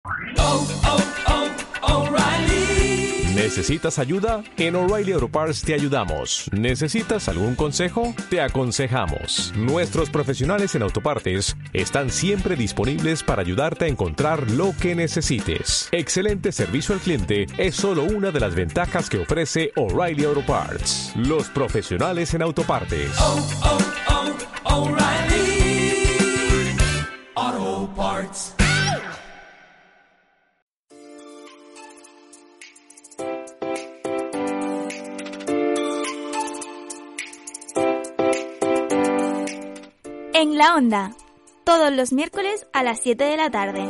O'Reilly. ¿Necesitas ayuda? En O'Reilly Auto Parts te ayudamos. ¿Necesitas algún consejo? Te aconsejamos. Nuestros profesionales en autopartes están siempre disponibles para ayudarte a encontrar lo que necesites. Excelente servicio al cliente es solo una de las ventajas que ofrece O'Reilly Auto Parts. Los profesionales en autopartes. O'Reilly Auto Parts. En la Onda, todos los miércoles a las 7 de la tarde.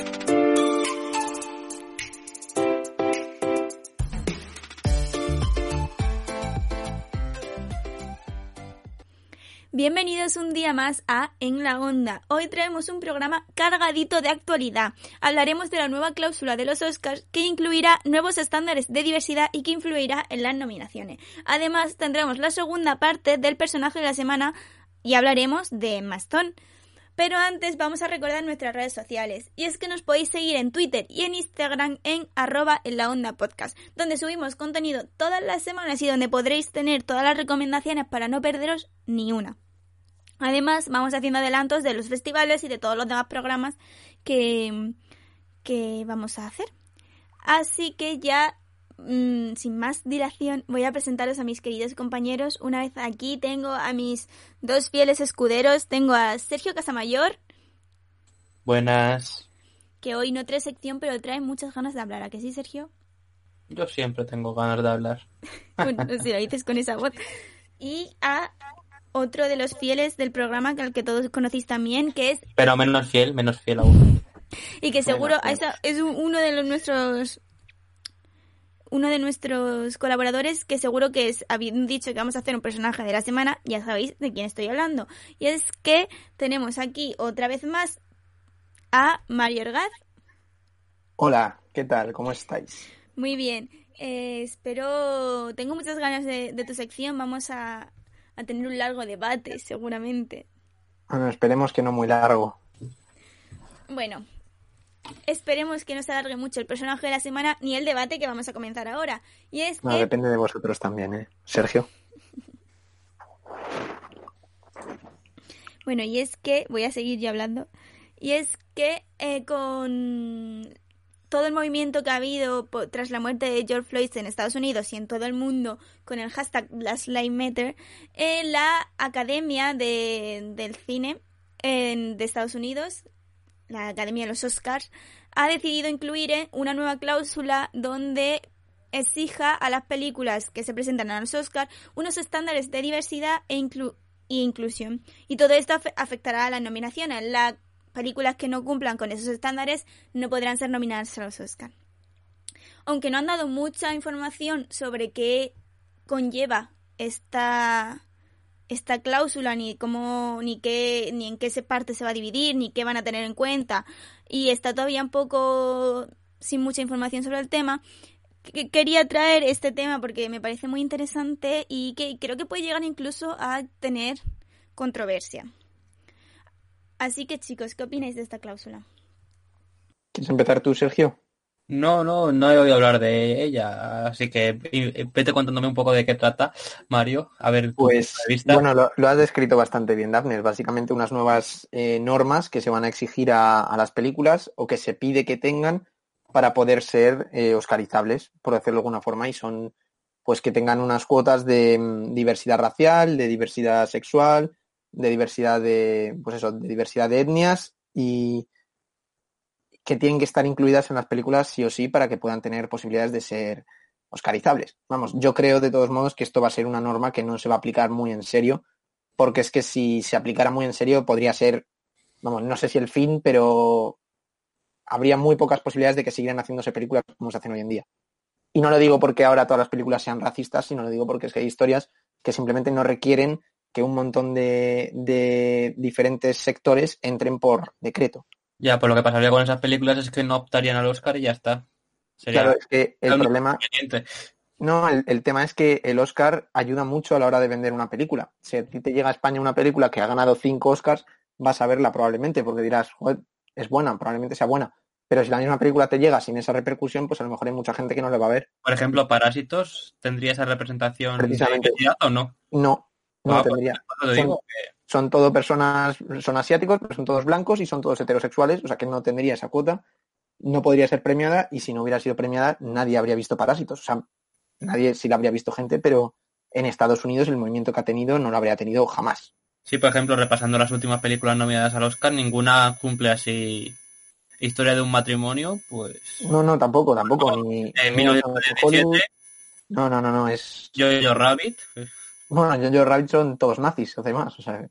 Bienvenidos un día más a En la Onda. Hoy traemos un programa cargadito de actualidad. Hablaremos de la nueva cláusula de los Oscars que incluirá nuevos estándares de diversidad y que influirá en las nominaciones. Además, tendremos la segunda parte del personaje de la semana y hablaremos de Emma Stone. Pero antes vamos a recordar nuestras redes sociales. Y es que nos podéis seguir en Twitter y en Instagram en @enlaondapodcast, donde subimos contenido todas las semanas y donde podréis tener todas las recomendaciones para no perderos ni una. Además, vamos haciendo adelantos de los festivales y de todos los demás programas que vamos a hacer. Así que ya, sin más dilación, voy a presentaros a mis queridos compañeros. Una vez aquí tengo a mis dos fieles escuderos. Tengo a Sergio Casamayor. Buenas. Que hoy no trae sección, pero trae muchas ganas de hablar. ¿A que sí, Sergio? Yo siempre tengo ganas de hablar. Bueno, si lo dices con esa voz. Y a otro de los fieles del programa, al que todos conocéis también, que es... Pero menos fiel aún. Y que seguro es uno de nuestros colaboradores, que seguro que habiendo dicho que vamos a hacer un personaje de la semana, ya sabéis de quién estoy hablando. Y es que tenemos aquí otra vez más a Mario Orgaz. Hola, ¿qué tal? ¿Cómo estáis? Muy bien. Tengo muchas ganas de tu sección. Vamos a tener un largo debate, seguramente. Bueno, esperemos que no muy largo. Bueno, esperemos que no se alargue mucho el personaje de la semana ni el debate que vamos a comenzar ahora. Y es No, que... depende de vosotros también, ¿eh? Sergio. Bueno, y es que... Voy a seguir yo hablando. Y es que con todo el movimiento que ha habido tras la muerte de George Floyd en Estados Unidos y en todo el mundo con el hashtag Black Lives Matter, la Academia del Cine de Estados Unidos, la Academia de los Oscars, ha decidido incluir una nueva cláusula donde exija a las películas que se presentan a los Oscars unos estándares de diversidad e inclusión. Y todo esto afectará a las nominaciones. Las películas que no cumplan con esos estándares no podrán ser nominadas a los Oscars. Aunque no han dado mucha información sobre qué conlleva esta cláusula, ni en qué parte se va a dividir, ni qué van a tener en cuenta, y está todavía un poco sin mucha información sobre el tema, quería traer este tema porque me parece muy interesante y que creo que puede llegar incluso a tener controversia. Así que, chicos, ¿qué opináis de esta cláusula? ¿Quieres empezar tú, Sergio? No he oído hablar de ella, así que vete contándome un poco de qué trata, Mario, a ver tu punto de vista. Bueno, lo has descrito bastante bien, Daphne. Básicamente unas nuevas normas que se van a exigir a las películas o que se pide que tengan para poder ser oscarizables, por decirlo de alguna forma, y son pues que tengan unas cuotas de diversidad racial, de diversidad sexual, de diversidad de diversidad de etnias, y que tienen que estar incluidas en las películas sí o sí para que puedan tener posibilidades de ser oscarizables. Vamos, yo creo de todos modos que esto va a ser una norma que no se va a aplicar muy en serio, porque es que si se aplicara muy en serio podría ser, vamos, no sé si el fin, pero habría muy pocas posibilidades de que siguieran haciéndose películas como se hacen hoy en día. Y no lo digo porque ahora todas las películas sean racistas, sino lo digo porque es que hay historias que simplemente no requieren que un montón de diferentes sectores entren por decreto. Ya, pues lo que pasaría con esas películas es que no optarían al Oscar y ya está. Claro, es que el problema... No, el tema es que el Oscar ayuda mucho a la hora de vender una película. Si a ti te llega a España una película que ha ganado 5 Oscars, vas a verla probablemente, porque dirás, joder, es buena, probablemente sea buena. Pero si la misma película te llega sin esa repercusión, pues a lo mejor hay mucha gente que no le va a ver. Por ejemplo, Parásitos, ¿tendría esa representación de Precisamente. diversidad o no? No Pues, tendría. te digo que Son todo personas, son asiáticos, pero son todos blancos y son todos heterosexuales, o sea que no tendría esa cuota, no podría ser premiada, y si no hubiera sido premiada nadie habría visto Parásitos. O sea, nadie sí la habría visto gente, pero en Estados Unidos el movimiento que ha tenido no lo habría tenido jamás. sí, por ejemplo, repasando las últimas películas nominadas al Oscar, ninguna cumple así historia de un matrimonio, pues... No, tampoco, ni En Hollywood. 1917, No, es... Jojo Rabbit. Bueno, Jojo Rabbit son todos nazis, además, o sea...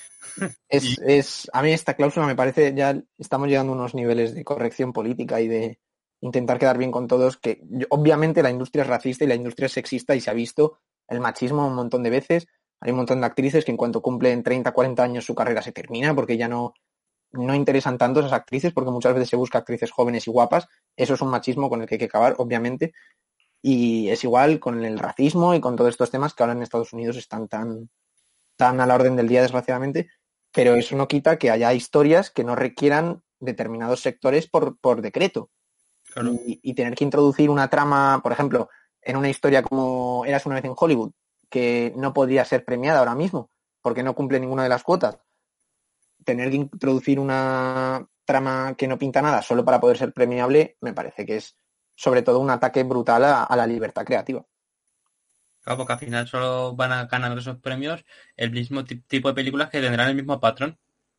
A mí esta cláusula me parece, ya estamos llegando a unos niveles de corrección política y de intentar quedar bien con todos, que obviamente la industria es racista y la industria es sexista y se ha visto el machismo un montón de veces. Hay un montón de actrices que en cuanto cumplen 30, 40 años su carrera se termina porque ya no interesan tanto esas actrices, porque muchas veces se busca actrices jóvenes y guapas. Eso es un machismo con el que hay que acabar, obviamente. Y es igual con el racismo y con todos estos temas que ahora en Estados Unidos están tan a la orden del día, desgraciadamente, pero eso no quita que haya historias que no requieran determinados sectores por decreto. Claro. Y tener que introducir una trama, por ejemplo, en una historia como Eras una vez en Hollywood, que no podría ser premiada ahora mismo, porque no cumple ninguna de las cuotas. Tener que introducir una trama que no pinta nada solo para poder ser premiable, me parece que es sobre todo un ataque brutal a la libertad creativa. Claro, porque al final solo van a ganar esos premios el mismo tipo de películas que tendrán el mismo patrón.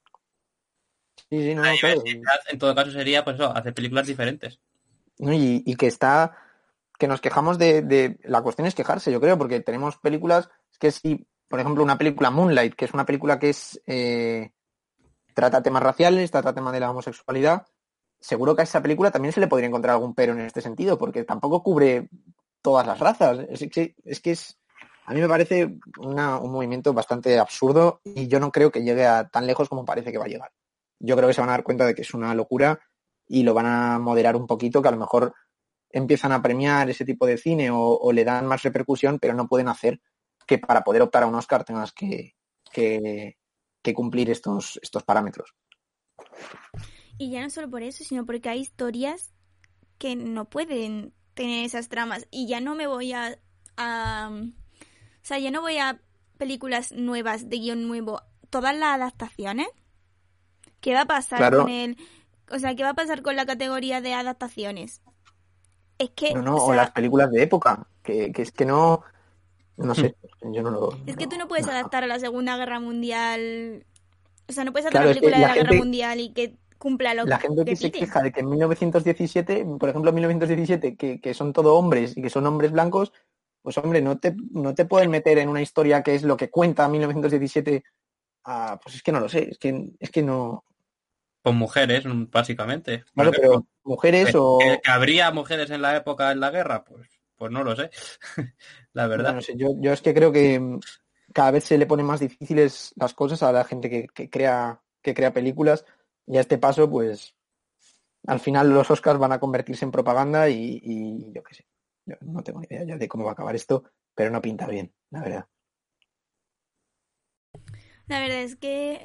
Sí, no, La claro. diversidad, en todo caso, sería pues eso, hacer películas diferentes. ¿No? Y que nos quejamos de... La cuestión es quejarse, yo creo, porque tenemos películas, es que si, por ejemplo, una película Moonlight, que es una película que es trata temas raciales, trata temas de la homosexualidad, seguro que a esa película también se le podría encontrar algún pero en este sentido, porque tampoco cubre todas las razas. A mí me parece un movimiento bastante absurdo y yo no creo que llegue a tan lejos como parece que va a llegar. Yo creo que se van a dar cuenta de que es una locura y lo van a moderar un poquito, que a lo mejor empiezan a premiar ese tipo de cine o le dan más repercusión, pero no pueden hacer que para poder optar a un Oscar tengas que cumplir estos parámetros. Y ya no solo por eso, sino porque hay historias que no pueden tener esas tramas. Y ya no me voy o sea, ya no voy a películas nuevas de guión nuevo. Todas las adaptaciones. ¿Qué va a pasar con el... O sea, ¿qué va a pasar con la categoría de adaptaciones? Es que... o las películas de época, que es que no sé, yo no lo... Es que tú no puedes adaptar a la Segunda Guerra Mundial... O sea, no puedes hacer una película de la Guerra Mundial y que cumpla lo que la gente que se queja de que en 1917, por ejemplo, en 1917, que son todo hombres y que son hombres blancos, pues hombre, no te pueden meter en una historia que es lo que cuenta 1917, pues es que no lo sé, es que no... Con mujeres, básicamente. Claro, pero mujeres o... ¿Que habría mujeres en la época en la guerra? Pues no lo sé, la verdad. No sé, yo es que creo que cada vez se le ponen más difíciles las cosas a la gente que crea películas, y a este paso, pues, al final los Oscars van a convertirse en propaganda y yo qué sé. Yo no tengo ni idea ya de cómo va a acabar esto, pero no pinta bien, la verdad. La verdad es que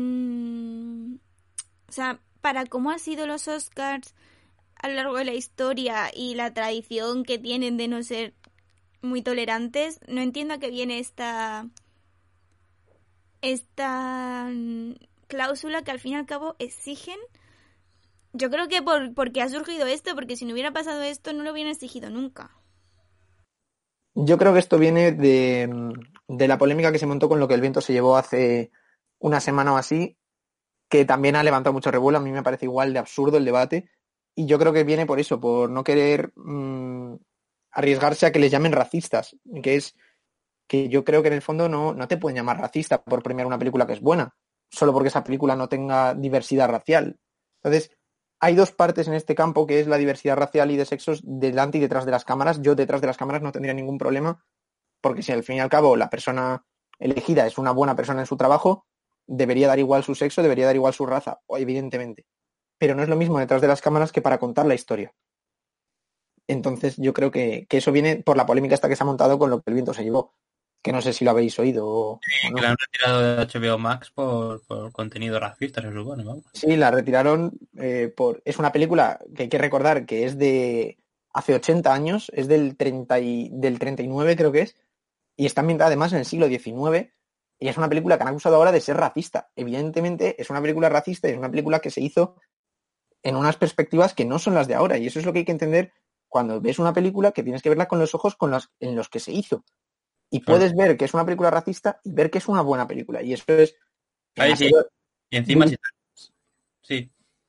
o sea, para cómo han sido los Oscars a lo largo de la historia y la tradición que tienen de no ser muy tolerantes, no entiendo a qué viene esta cláusula que al fin y al cabo exigen. Yo creo que porque ha surgido esto, porque si no hubiera pasado esto no lo hubieran exigido nunca. Yo creo que esto viene de la polémica que se montó con lo que el viento se llevó hace una semana o así, que también ha levantado mucho revuelo. A mí me parece igual de absurdo el debate, y yo creo que viene por eso, por no querer arriesgarse a que les llamen racistas, que es que yo creo que en el fondo no te pueden llamar racista por premiar una película que es buena, solo porque esa película no tenga diversidad racial. Entonces, hay dos partes en este campo, que es la diversidad racial y de sexos delante y detrás de las cámaras. Yo detrás de las cámaras no tendría ningún problema, porque si al fin y al cabo la persona elegida es una buena persona en su trabajo, debería dar igual su sexo, debería dar igual su raza, evidentemente. Pero no es lo mismo detrás de las cámaras que para contar la historia. Entonces yo creo que eso viene por la polémica esta que se ha montado con lo que el viento se llevó. que no sé si lo habéis oído o no. Que la han retirado de HBO Max por contenido racista, se supone, vamos. Sí, la retiraron Es una película que hay que recordar que es de hace 80 años, es del 39 creo que es, y está ambientada además en el siglo XIX, y es una película que han acusado ahora de ser racista. Evidentemente es una película racista y es una película que se hizo en unas perspectivas que no son las de ahora, y eso es lo que hay que entender cuando ves una película, que tienes que verla con los ojos en los que se hizo. Y puedes ver que es una película racista y ver que es una buena película. Y eso es... Ahí sí. Y encima sí. Sí.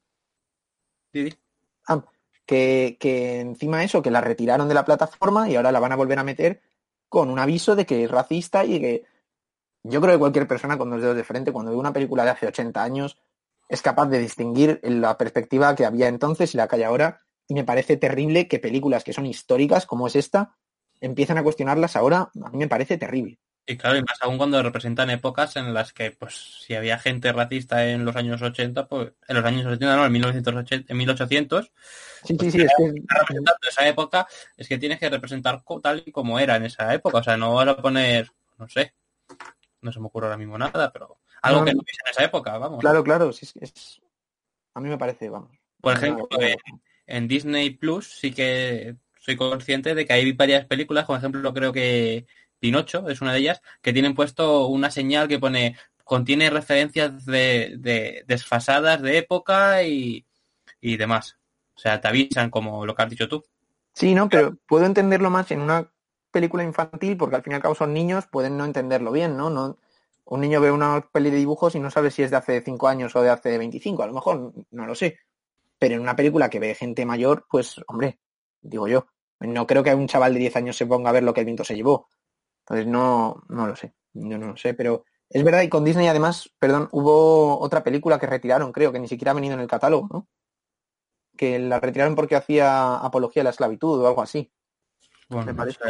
Que encima eso, que la retiraron de la plataforma y ahora la van a volver a meter con un aviso de que es racista y que yo creo que cualquier persona con 2 dedos de frente, cuando ve una película de hace 80 años, es capaz de distinguir la perspectiva que había entonces y la que hay ahora. Y me parece terrible que películas que son históricas, como es esta, empiezan a cuestionarlas ahora. A mí me parece terrible. Y claro, y más aún cuando representan épocas en las que, pues, si había gente racista en los años 80, pues, en los años 80, no, en 1980, en 1800, sí, pues, sí, es que... representando esa época, es que tienes que representar tal y como era en esa época, o sea, no vas a poner, no sé, no se me ocurre ahora mismo nada, pero algo que no hubiese en esa época, vamos. Claro, sí, a mí me parece, vamos. Por ejemplo, en Disney Plus sí que soy consciente de que hay varias películas, por ejemplo, creo que Pinocho es una de ellas, que tienen puesto una señal que contiene referencias de desfasadas de época y demás. O sea, te avisan como lo que has dicho tú. Sí, no, pero puedo entenderlo más en una película infantil porque al fin y al cabo son niños, pueden no entenderlo bien, ¿no? Un niño ve una peli de dibujos y no sabe si es de hace 5 años o de hace 25, a lo mejor, no lo sé. Pero en una película que ve gente mayor, pues, hombre, digo yo, no creo que un chaval de 10 años se ponga a ver Lo que el viento se llevó. Entonces no lo sé, yo no lo sé, pero es verdad, y con Disney además, perdón, hubo otra película que retiraron, creo, que ni siquiera ha venido en el catálogo, ¿no? Que la retiraron porque hacía apología a la esclavitud o algo así. Bueno, me parece.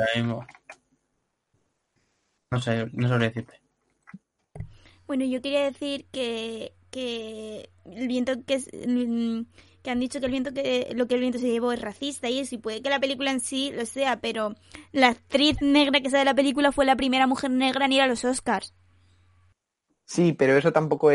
No sé, no sabría decirte. Bueno, yo quería decir que el viento que han dicho que lo que el viento se llevó es racista y eso, y puede que la película en sí lo sea, pero la actriz negra que sale de la película fue la primera mujer negra en ir a los Oscars. Sí, pero eso tampoco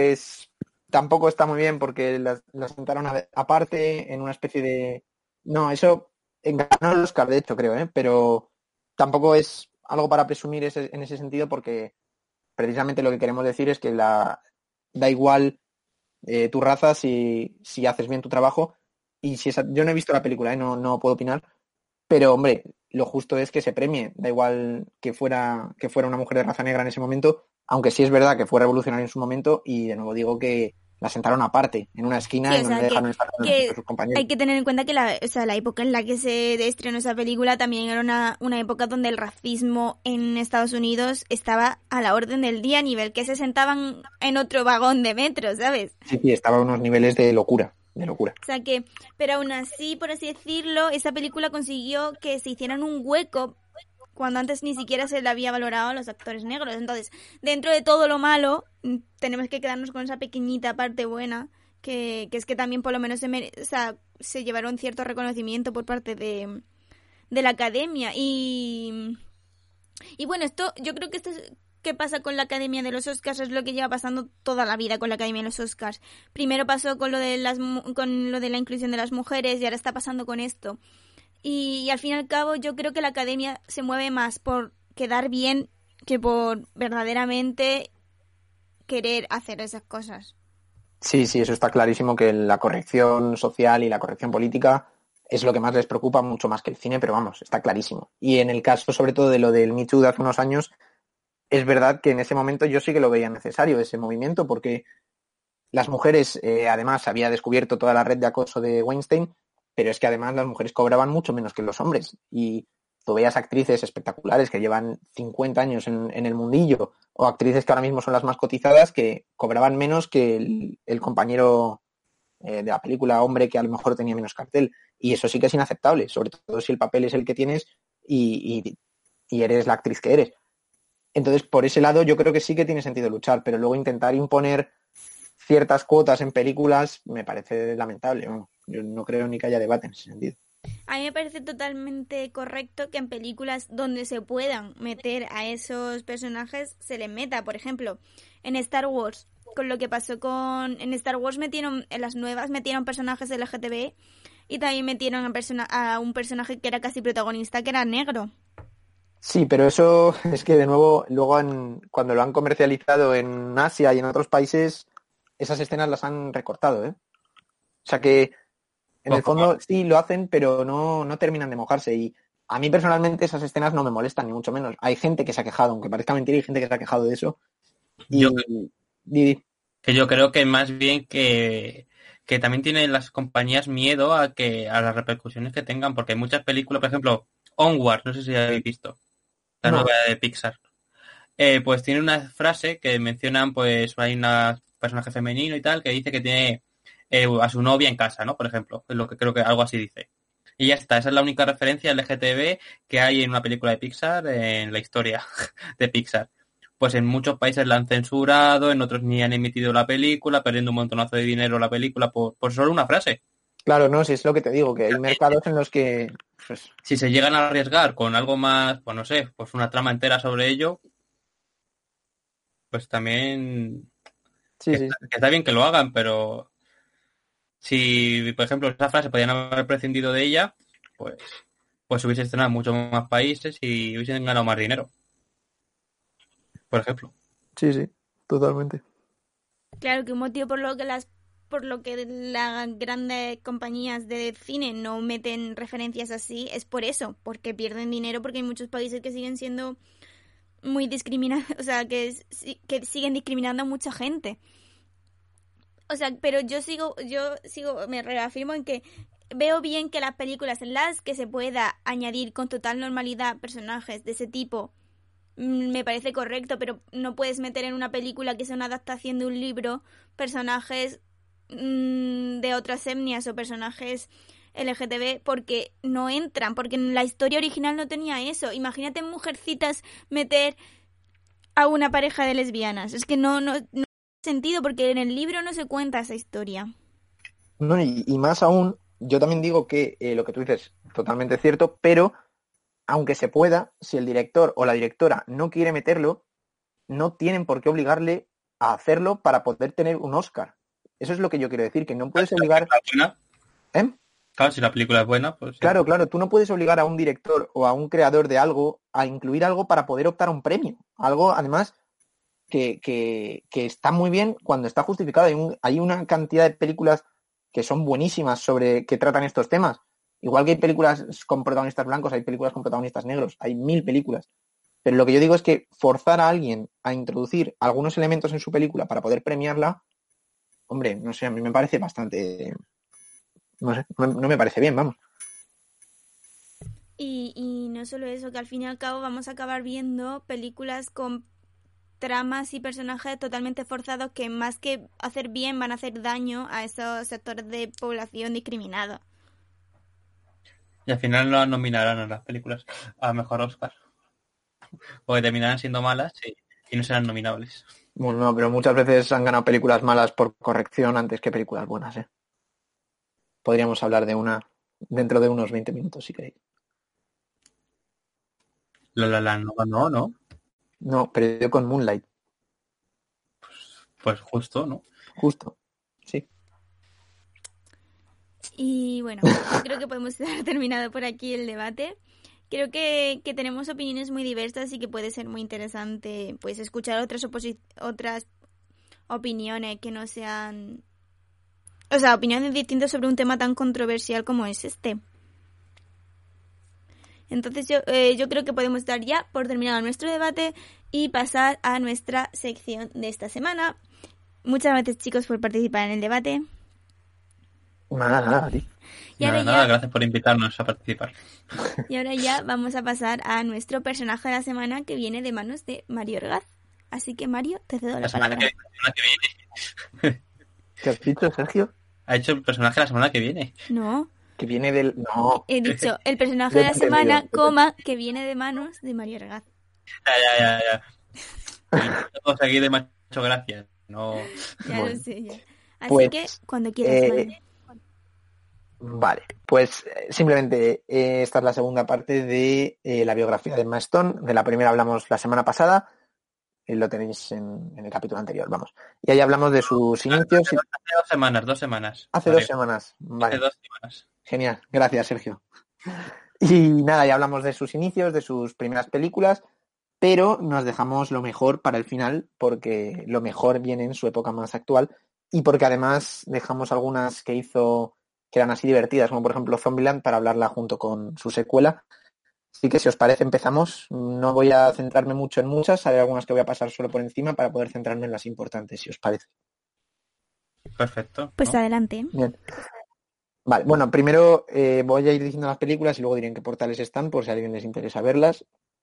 está muy bien porque la sentaron aparte en una especie de... No, eso ganó el Oscar, de hecho, creo, pero tampoco es algo para presumir en ese sentido porque precisamente lo que queremos decir es que da igual tu raza si haces bien tu trabajo y yo no he visto la película, no puedo opinar, pero hombre, lo justo es que se premie, da igual que fuera una mujer de raza negra en ese momento, aunque sí es verdad que fue revolucionario en su momento y de nuevo digo que la sentaron aparte, en una esquina, sí, y no le dejaron estar con sus compañeros. Hay que tener en cuenta que la época en la que se estrenó esa película también era una época donde el racismo en Estados Unidos estaba a la orden del día, a nivel que se sentaban en otro vagón de metro, ¿sabes? Sí, estaba a unos niveles de locura. O sea que, pero aún así, por así decirlo, esa película consiguió que se hicieran un hueco cuando antes ni siquiera se le había valorado a los actores negros. Entonces, dentro de todo lo malo, tenemos que quedarnos con esa pequeñita parte buena, que es que también por lo menos se llevaron cierto reconocimiento por parte de la academia. Y bueno, yo creo que esto es... ¿Qué pasa con la Academia de los Oscars? Es lo que lleva pasando toda la vida con la Academia de los Oscars. Primero pasó con lo de la inclusión de las mujeres y ahora está pasando con esto. Y al fin y al cabo yo creo que la Academia se mueve más por quedar bien que por verdaderamente querer hacer esas cosas. Sí, eso está clarísimo, que la corrección social y la corrección política es lo que más les preocupa, mucho más que el cine, pero vamos, está clarísimo. Y en el caso sobre todo de lo del Me Too de hace unos años, es verdad que en ese momento yo sí que lo veía necesario, ese movimiento, porque las mujeres, además, había descubierto toda la red de acoso de Weinstein, pero es que además las mujeres cobraban mucho menos que los hombres. Y tú veías actrices espectaculares que llevan 50 años en el mundillo, o actrices que ahora mismo son las más cotizadas, que cobraban menos que el compañero de la película, hombre, que a lo mejor tenía menos cartel. Y eso sí que es inaceptable, sobre todo si el papel es el que tienes y eres la actriz que eres. Entonces, por ese lado, yo creo que sí que tiene sentido luchar, pero luego intentar imponer ciertas cuotas en películas me parece lamentable. Yo no creo ni que haya debate en ese sentido. A mí me parece totalmente correcto que en películas donde se puedan meter a esos personajes se les meta. Por ejemplo, en Star Wars, con lo que pasó con... En Star Wars metieron, en las nuevas metieron personajes LGTB y también metieron a un personaje que era casi protagonista, que era negro. Sí, pero eso es que de nuevo, luego cuando lo han comercializado en Asia y en otros países, esas escenas las han recortado, ¿eh? O sea que en el fondo sí lo hacen, pero no terminan de mojarse. Y a mí personalmente esas escenas no me molestan, ni mucho menos. Hay gente que se ha quejado, aunque parezca mentira, hay gente que se ha quejado de eso. Y que yo creo que más bien que también tienen las compañías miedo a las repercusiones que tengan, porque hay muchas películas, por ejemplo, Onward, no sé si habéis visto, la nueva de Pixar. Pues tiene una frase que mencionan, pues hay un personaje femenino y tal, que dice que tiene a su novia en casa, ¿no? Por ejemplo, es lo que creo que algo así dice. Y ya está, esa es la única referencia LGTB que hay en una película de Pixar, en la historia de Pixar. Pues en muchos países la han censurado, en otros ni han emitido la película, perdiendo un montonazo de dinero la película por solo una frase. Claro, no, si es lo que te digo, que hay mercados en los que... Pues... Si se llegan a arriesgar con algo más, pues no sé, pues una trama entera sobre ello, pues también... Sí, que está bien que lo hagan, pero... Si, por ejemplo, esa frase podían haber prescindido de ella, pues hubiese estrenado en muchos más países y hubiesen ganado más dinero. Por ejemplo. Sí, totalmente. Claro que un motivo por lo que las grandes compañías de cine no meten referencias así es por eso, porque pierden dinero, porque hay muchos países que siguen siendo muy discriminados, o sea, que siguen discriminando a mucha gente. O sea, pero yo sigo, me reafirmo en que veo bien que las películas en las que se pueda añadir con total normalidad personajes de ese tipo me parece correcto, pero no puedes meter en una película que sea una adaptación de un libro personajes de otras etnias o personajes LGTB porque no entran, porque en la historia original no tenía eso. Imagínate en Mujercitas meter a una pareja de lesbianas. Es que no tiene sentido porque en el libro no se cuenta esa historia. No, y más aún, yo también digo que lo que tú dices es totalmente cierto, pero aunque se pueda, si el director o la directora no quiere meterlo, no tienen por qué obligarle a hacerlo para poder tener un Oscar. Eso es lo que yo quiero decir, que no puedes obligar... ¿Eh? Claro, si la película es buena, pues... Sí. Claro, tú no puedes obligar a un director o a un creador de algo a incluir algo para poder optar a un premio. Algo, además, que está muy bien cuando está justificado. Hay una cantidad de películas que son buenísimas que tratan estos temas. Igual que hay películas con protagonistas blancos, hay películas con protagonistas negros, hay 1000 películas. Pero lo que yo digo es que forzar a alguien a introducir algunos elementos en su película para poder premiarla, hombre, no sé, a mí me parece bastante... No sé, no me parece bien, vamos. Y no solo eso, que al fin y al cabo vamos a acabar viendo películas con tramas y personajes totalmente forzados que más que hacer bien van a hacer daño a esos sectores de población discriminados. Y al final no nominarán a las películas a mejor Oscar. Porque terminarán siendo malas y no serán nominables. Bueno, no, pero muchas veces han ganado películas malas por corrección antes que películas buenas, ¿eh? Podríamos hablar de una dentro de unos 20 minutos, si queréis. No ganó, ¿no? No, pero yo con Moonlight. Pues justo, ¿no? Justo, sí. Y bueno, yo creo que podemos dar terminado por aquí el debate. Creo que tenemos opiniones muy diversas y que puede ser muy interesante pues escuchar otras opiniones que no sean... O sea, opiniones distintas sobre un tema tan controversial como es este. Entonces yo creo que podemos dar ya por terminado nuestro debate y pasar a nuestra sección de esta semana. Muchas gracias, chicos, por participar en el debate. Nada, tío. Nada, gracias por invitarnos a participar. Y ahora ya vamos a pasar a nuestro personaje de la semana que viene de manos de Mario Orgaz. Así que, Mario, te cedo la palabra. La semana que viene. ¿Qué has dicho, Sergio? Ha hecho el personaje la semana que viene. No. Que viene del... No. He dicho el personaje de la semana, que viene de manos de Mario Orgaz. Ya. Vamos aquí de macho gracias. No. Ya bueno. Lo sé, ya. Así pues, que, cuando quieras, Mario. Vale, pues simplemente esta es la segunda parte de la biografía de Emma Stone. De la primera hablamos la semana pasada, lo tenéis en el capítulo anterior, vamos. Y ahí hablamos de sus inicios. Hace 2 semanas. Hace Mario. 2 semanas, Hace vale. 2 semanas. Genial, gracias Sergio. Y nada, ya hablamos de sus inicios, de sus primeras películas, pero nos dejamos lo mejor para el final, porque lo mejor viene en su época más actual y porque además dejamos algunas que hizo que eran así divertidas, como por ejemplo Zombieland, para hablarla junto con su secuela. Así que si os parece empezamos. No voy a centrarme mucho en muchas, hay algunas que voy a pasar solo por encima para poder centrarme en las importantes, si os parece. Perfecto. Pues ¿no? adelante. Bien. Vale, bueno, primero voy a ir diciendo las películas y luego diré en qué portales están por si a alguien les interesa verlas.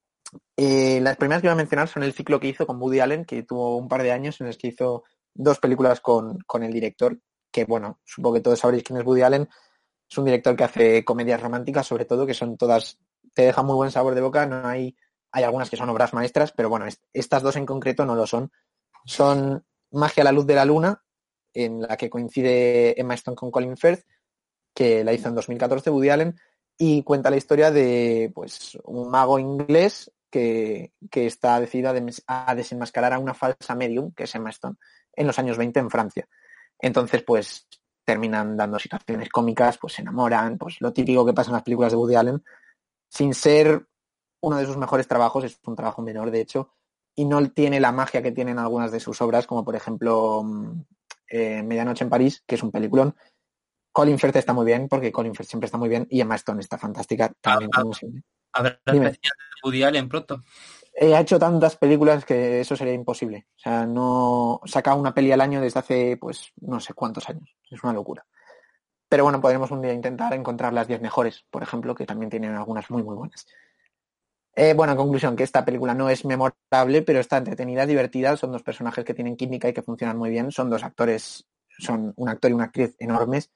Las primeras que voy a mencionar son el ciclo que hizo con Woody Allen, que tuvo un par de años en los que hizo 2 películas con el director, que bueno, supongo que todos sabréis quién es Woody Allen. Es un director que hace comedias románticas, sobre todo, que son todas, te dejan muy buen sabor de boca. No hay algunas que son obras maestras, pero bueno, estas 2 en concreto no lo son. Son Magia a la luz de la luna, en la que coincide Emma Stone con Colin Firth, que la hizo en 2014 Woody Allen, y cuenta la historia de pues un mago inglés que está decidido a desenmascarar a una falsa medium, que es Emma Stone, en los años 20 en Francia. Entonces, pues terminan dando situaciones cómicas, pues se enamoran, pues lo típico que pasa en las películas de Woody Allen, sin ser uno de sus mejores trabajos, es un trabajo menor de hecho, y no tiene la magia que tienen algunas de sus obras, como por ejemplo Medianoche en París, que es un peliculón. Colin Firth está muy bien, porque Colin Firth siempre está muy bien, y Emma Stone está fantástica también, como siempre. Habrá Dime. especial de Woody Allen pronto. Ha hecho tantas películas que eso sería imposible. O sea, no saca una peli al año desde hace, pues, no sé cuántos años. Es una locura. Pero bueno, podremos un día intentar encontrar las 10 mejores, por ejemplo, que también tienen algunas muy, muy buenas. Bueno, en conclusión, que esta película no es memorable, pero está entretenida, divertida. Son 2 personajes que tienen química y que funcionan muy bien. Son 2 actores, son un actor y una actriz enormes.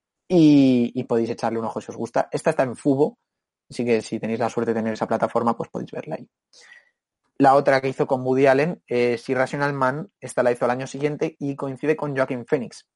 Y podéis echarle un ojo si os gusta. Esta está en Fubo, así que si tenéis la suerte de tener esa plataforma, pues podéis verla ahí. La otra que hizo con Woody Allen es Irrational Man. Esta la hizo al año siguiente y coincide con Joaquin Phoenix.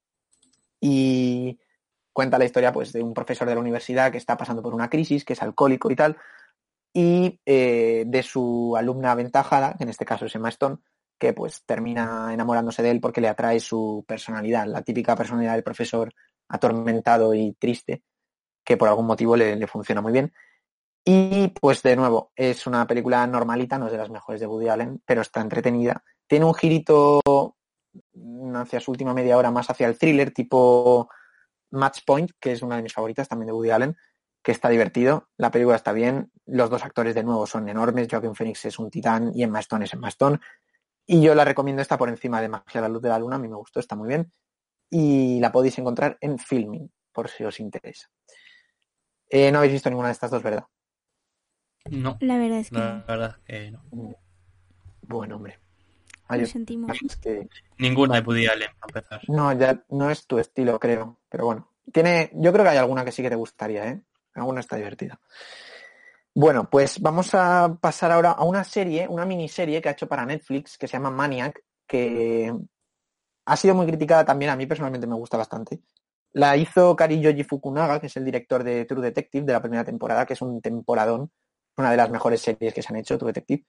Y cuenta la historia pues de un profesor de la universidad que está pasando por una crisis, que es alcohólico y tal, y de su alumna aventajada, que en este caso es Emma Stone, que pues termina enamorándose de él porque le atrae su personalidad, la típica personalidad del profesor atormentado y triste, que por algún motivo le funciona muy bien. Y pues de nuevo, es una película normalita, no es de las mejores de Woody Allen, pero está entretenida. Tiene un girito hacia su última media hora más hacia el thriller, tipo Match Point, que es una de mis favoritas también de Woody Allen, que está divertido. La película está bien. Los 2 actores de nuevo son enormes. Joaquin Phoenix es un titán y Emma Stone es Emma Stone. Y yo la recomiendo esta por encima de Magia a la luz de la luna. A mí me gustó, está muy bien. Y la podéis encontrar en Filmin, por si os interesa. No habéis visto ninguna de estas 2, ¿verdad? No. La verdad es que La no. verdad es que no. Bueno, hombre. Lo sentimos. Es que Ninguna de Woody Allen, para empezar. no, ya no es tu estilo, creo. Pero bueno. Yo creo que hay alguna que sí que te gustaría, ¿eh? Alguna está divertida. Bueno, pues vamos a pasar ahora a una serie, una miniserie que ha hecho para Netflix, que se llama Maniac, que ha sido muy criticada también. A mí personalmente me gusta bastante. La hizo Kari Yoji Fukunaga, que es el director de True Detective de la primera temporada, que es un temporadón, una de las mejores series que se han hecho, True Detective.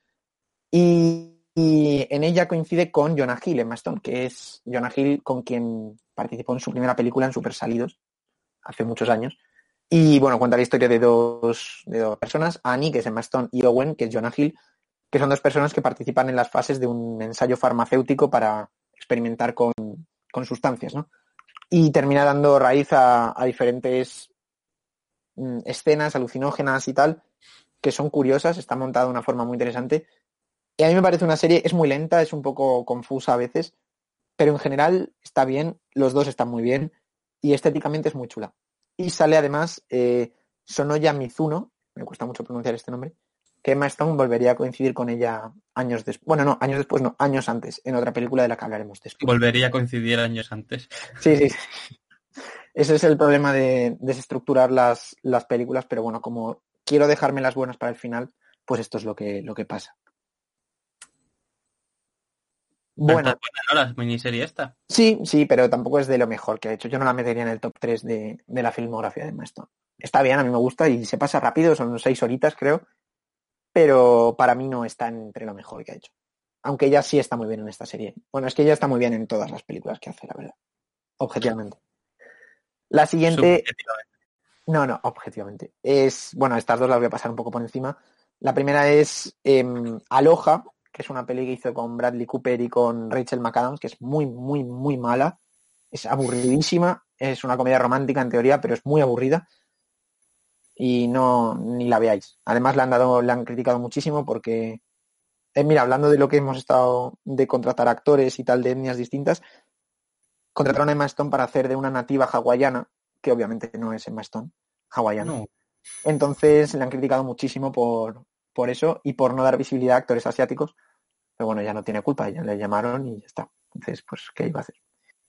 Y en ella coincide con Jonah Hill, Emma Stone, que es Jonah Hill con quien participó en su primera película en Super Salidos, hace muchos años. Y bueno, cuenta la historia de dos personas, Annie, que es Emma Stone, y Owen, que es Jonah Hill, que son 2 personas que participan en las fases de un ensayo farmacéutico para experimentar con sustancias, ¿no? Y termina dando raíz a diferentes escenas alucinógenas y tal, que son curiosas, está montada de una forma muy interesante. Y a mí me parece una serie, es muy lenta, es un poco confusa a veces, pero en general está bien, los 2 están muy bien y estéticamente es muy chula. Y sale además Sonoya Mizuno, me cuesta mucho pronunciar este nombre, que Emma Stone volvería a coincidir con ella años después. Bueno, no, años después no, años antes, en otra película de la que hablaremos después. Volvería a coincidir años antes. Sí. Ese es el problema de desestructurar las películas, pero bueno, como quiero dejarme las buenas para el final, pues esto es lo que pasa. Bueno, ¿no? La miniserie esta. sí, pero tampoco es de lo mejor que ha hecho. Yo no la metería en el top 3 de la filmografía de Emma Stone. Está bien, a mí me gusta y se pasa rápido, son 6 horitas creo, pero para mí no está entre lo mejor que ha hecho. Aunque ella sí está muy bien en esta serie. Bueno, es que ella está muy bien en todas las películas que hace, la verdad. Objetivamente. La siguiente... Subjetivamente. No, objetivamente. Bueno, estas dos las voy a pasar un poco por encima. La primera es Aloha, que es una peli que hizo con Bradley Cooper y con Rachel McAdams, que es muy, muy, muy mala. Es aburridísima. Es una comedia romántica en teoría, pero es muy aburrida. Y no, ni la veáis. Además la han criticado muchísimo porque, mira, hablando de lo que hemos estado de contratar actores y tal de etnias distintas, contrataron a Emma Stone para hacer de una nativa hawaiana, que obviamente no es Emma Stone, hawaiana. No. Entonces le han criticado muchísimo por eso y por no dar visibilidad a actores asiáticos. Pero bueno, ya no tiene culpa, ya le llamaron y ya está. Entonces, pues, ¿qué iba a hacer?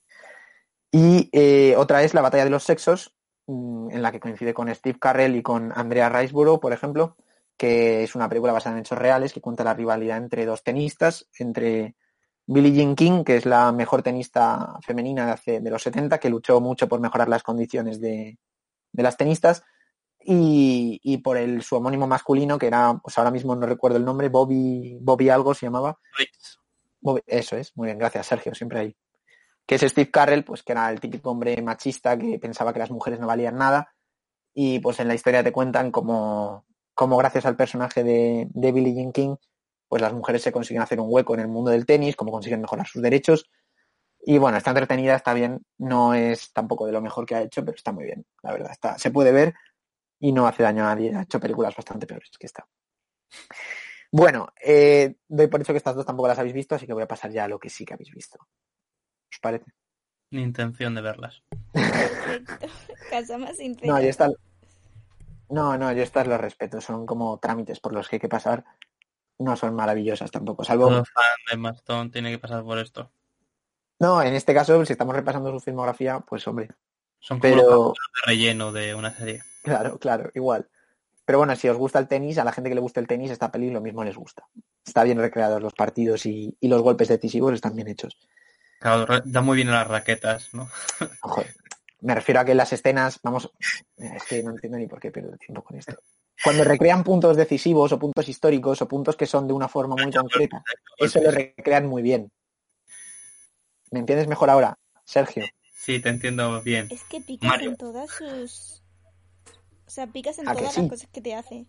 Y otra es La batalla de los sexos, en la que coincide con Steve Carell y con Andrea Riseborough, por ejemplo, que es una película basada en hechos reales que cuenta la rivalidad entre dos tenistas, entre Billie Jean King, que es la mejor tenista femenina de los 70, que luchó mucho por mejorar las condiciones de las tenistas, y por su homónimo masculino, que era, pues ahora mismo no recuerdo el nombre, Bobby algo se llamaba. Eso es, muy bien, gracias Sergio, siempre ahí. Que es Steve Carell, pues que era el típico hombre machista que pensaba que las mujeres no valían nada, y pues en la historia te cuentan cómo gracias al personaje de Billie Jean King, pues las mujeres se consiguen hacer un hueco en el mundo del tenis, cómo consiguen mejorar sus derechos. Y bueno, está entretenida, está bien, no es tampoco de lo mejor que ha hecho, pero está muy bien, la verdad, se puede ver y no hace daño a nadie, ha hecho películas bastante peores que esta. Bueno, doy por hecho que estas dos tampoco las habéis visto, así que voy a pasar ya a lo que sí que habéis visto. ¿Os parece? Ni intención de verlas. Perfecto. Casa más sincera. No, yo estas las respeto, son como trámites por los que hay que pasar, no son maravillosas tampoco, salvo... Todo fan de Emma Stone tiene que pasar por esto. No, en este caso, si estamos repasando su filmografía, pues hombre. Son como los capítulos de relleno de una serie. Claro, igual. Pero bueno, si os gusta el tenis, a la gente que le gusta el tenis, esta peli lo mismo les gusta. Está bien recreados los partidos y los golpes decisivos están bien hechos. Claro, da muy bien a las raquetas, ¿no? Joder, me refiero a que las escenas, vamos, es que no entiendo ni por qué pierdo el tiempo con esto. Cuando recrean puntos decisivos o puntos históricos o puntos que son de una forma muy concreta, eso lo recrean muy bien. ¿Me entiendes mejor ahora, Sergio? Sí, te entiendo bien. Es que picas Mario. en todas sus... O sea, picas en ¿A que todas sí? las cosas que te hace.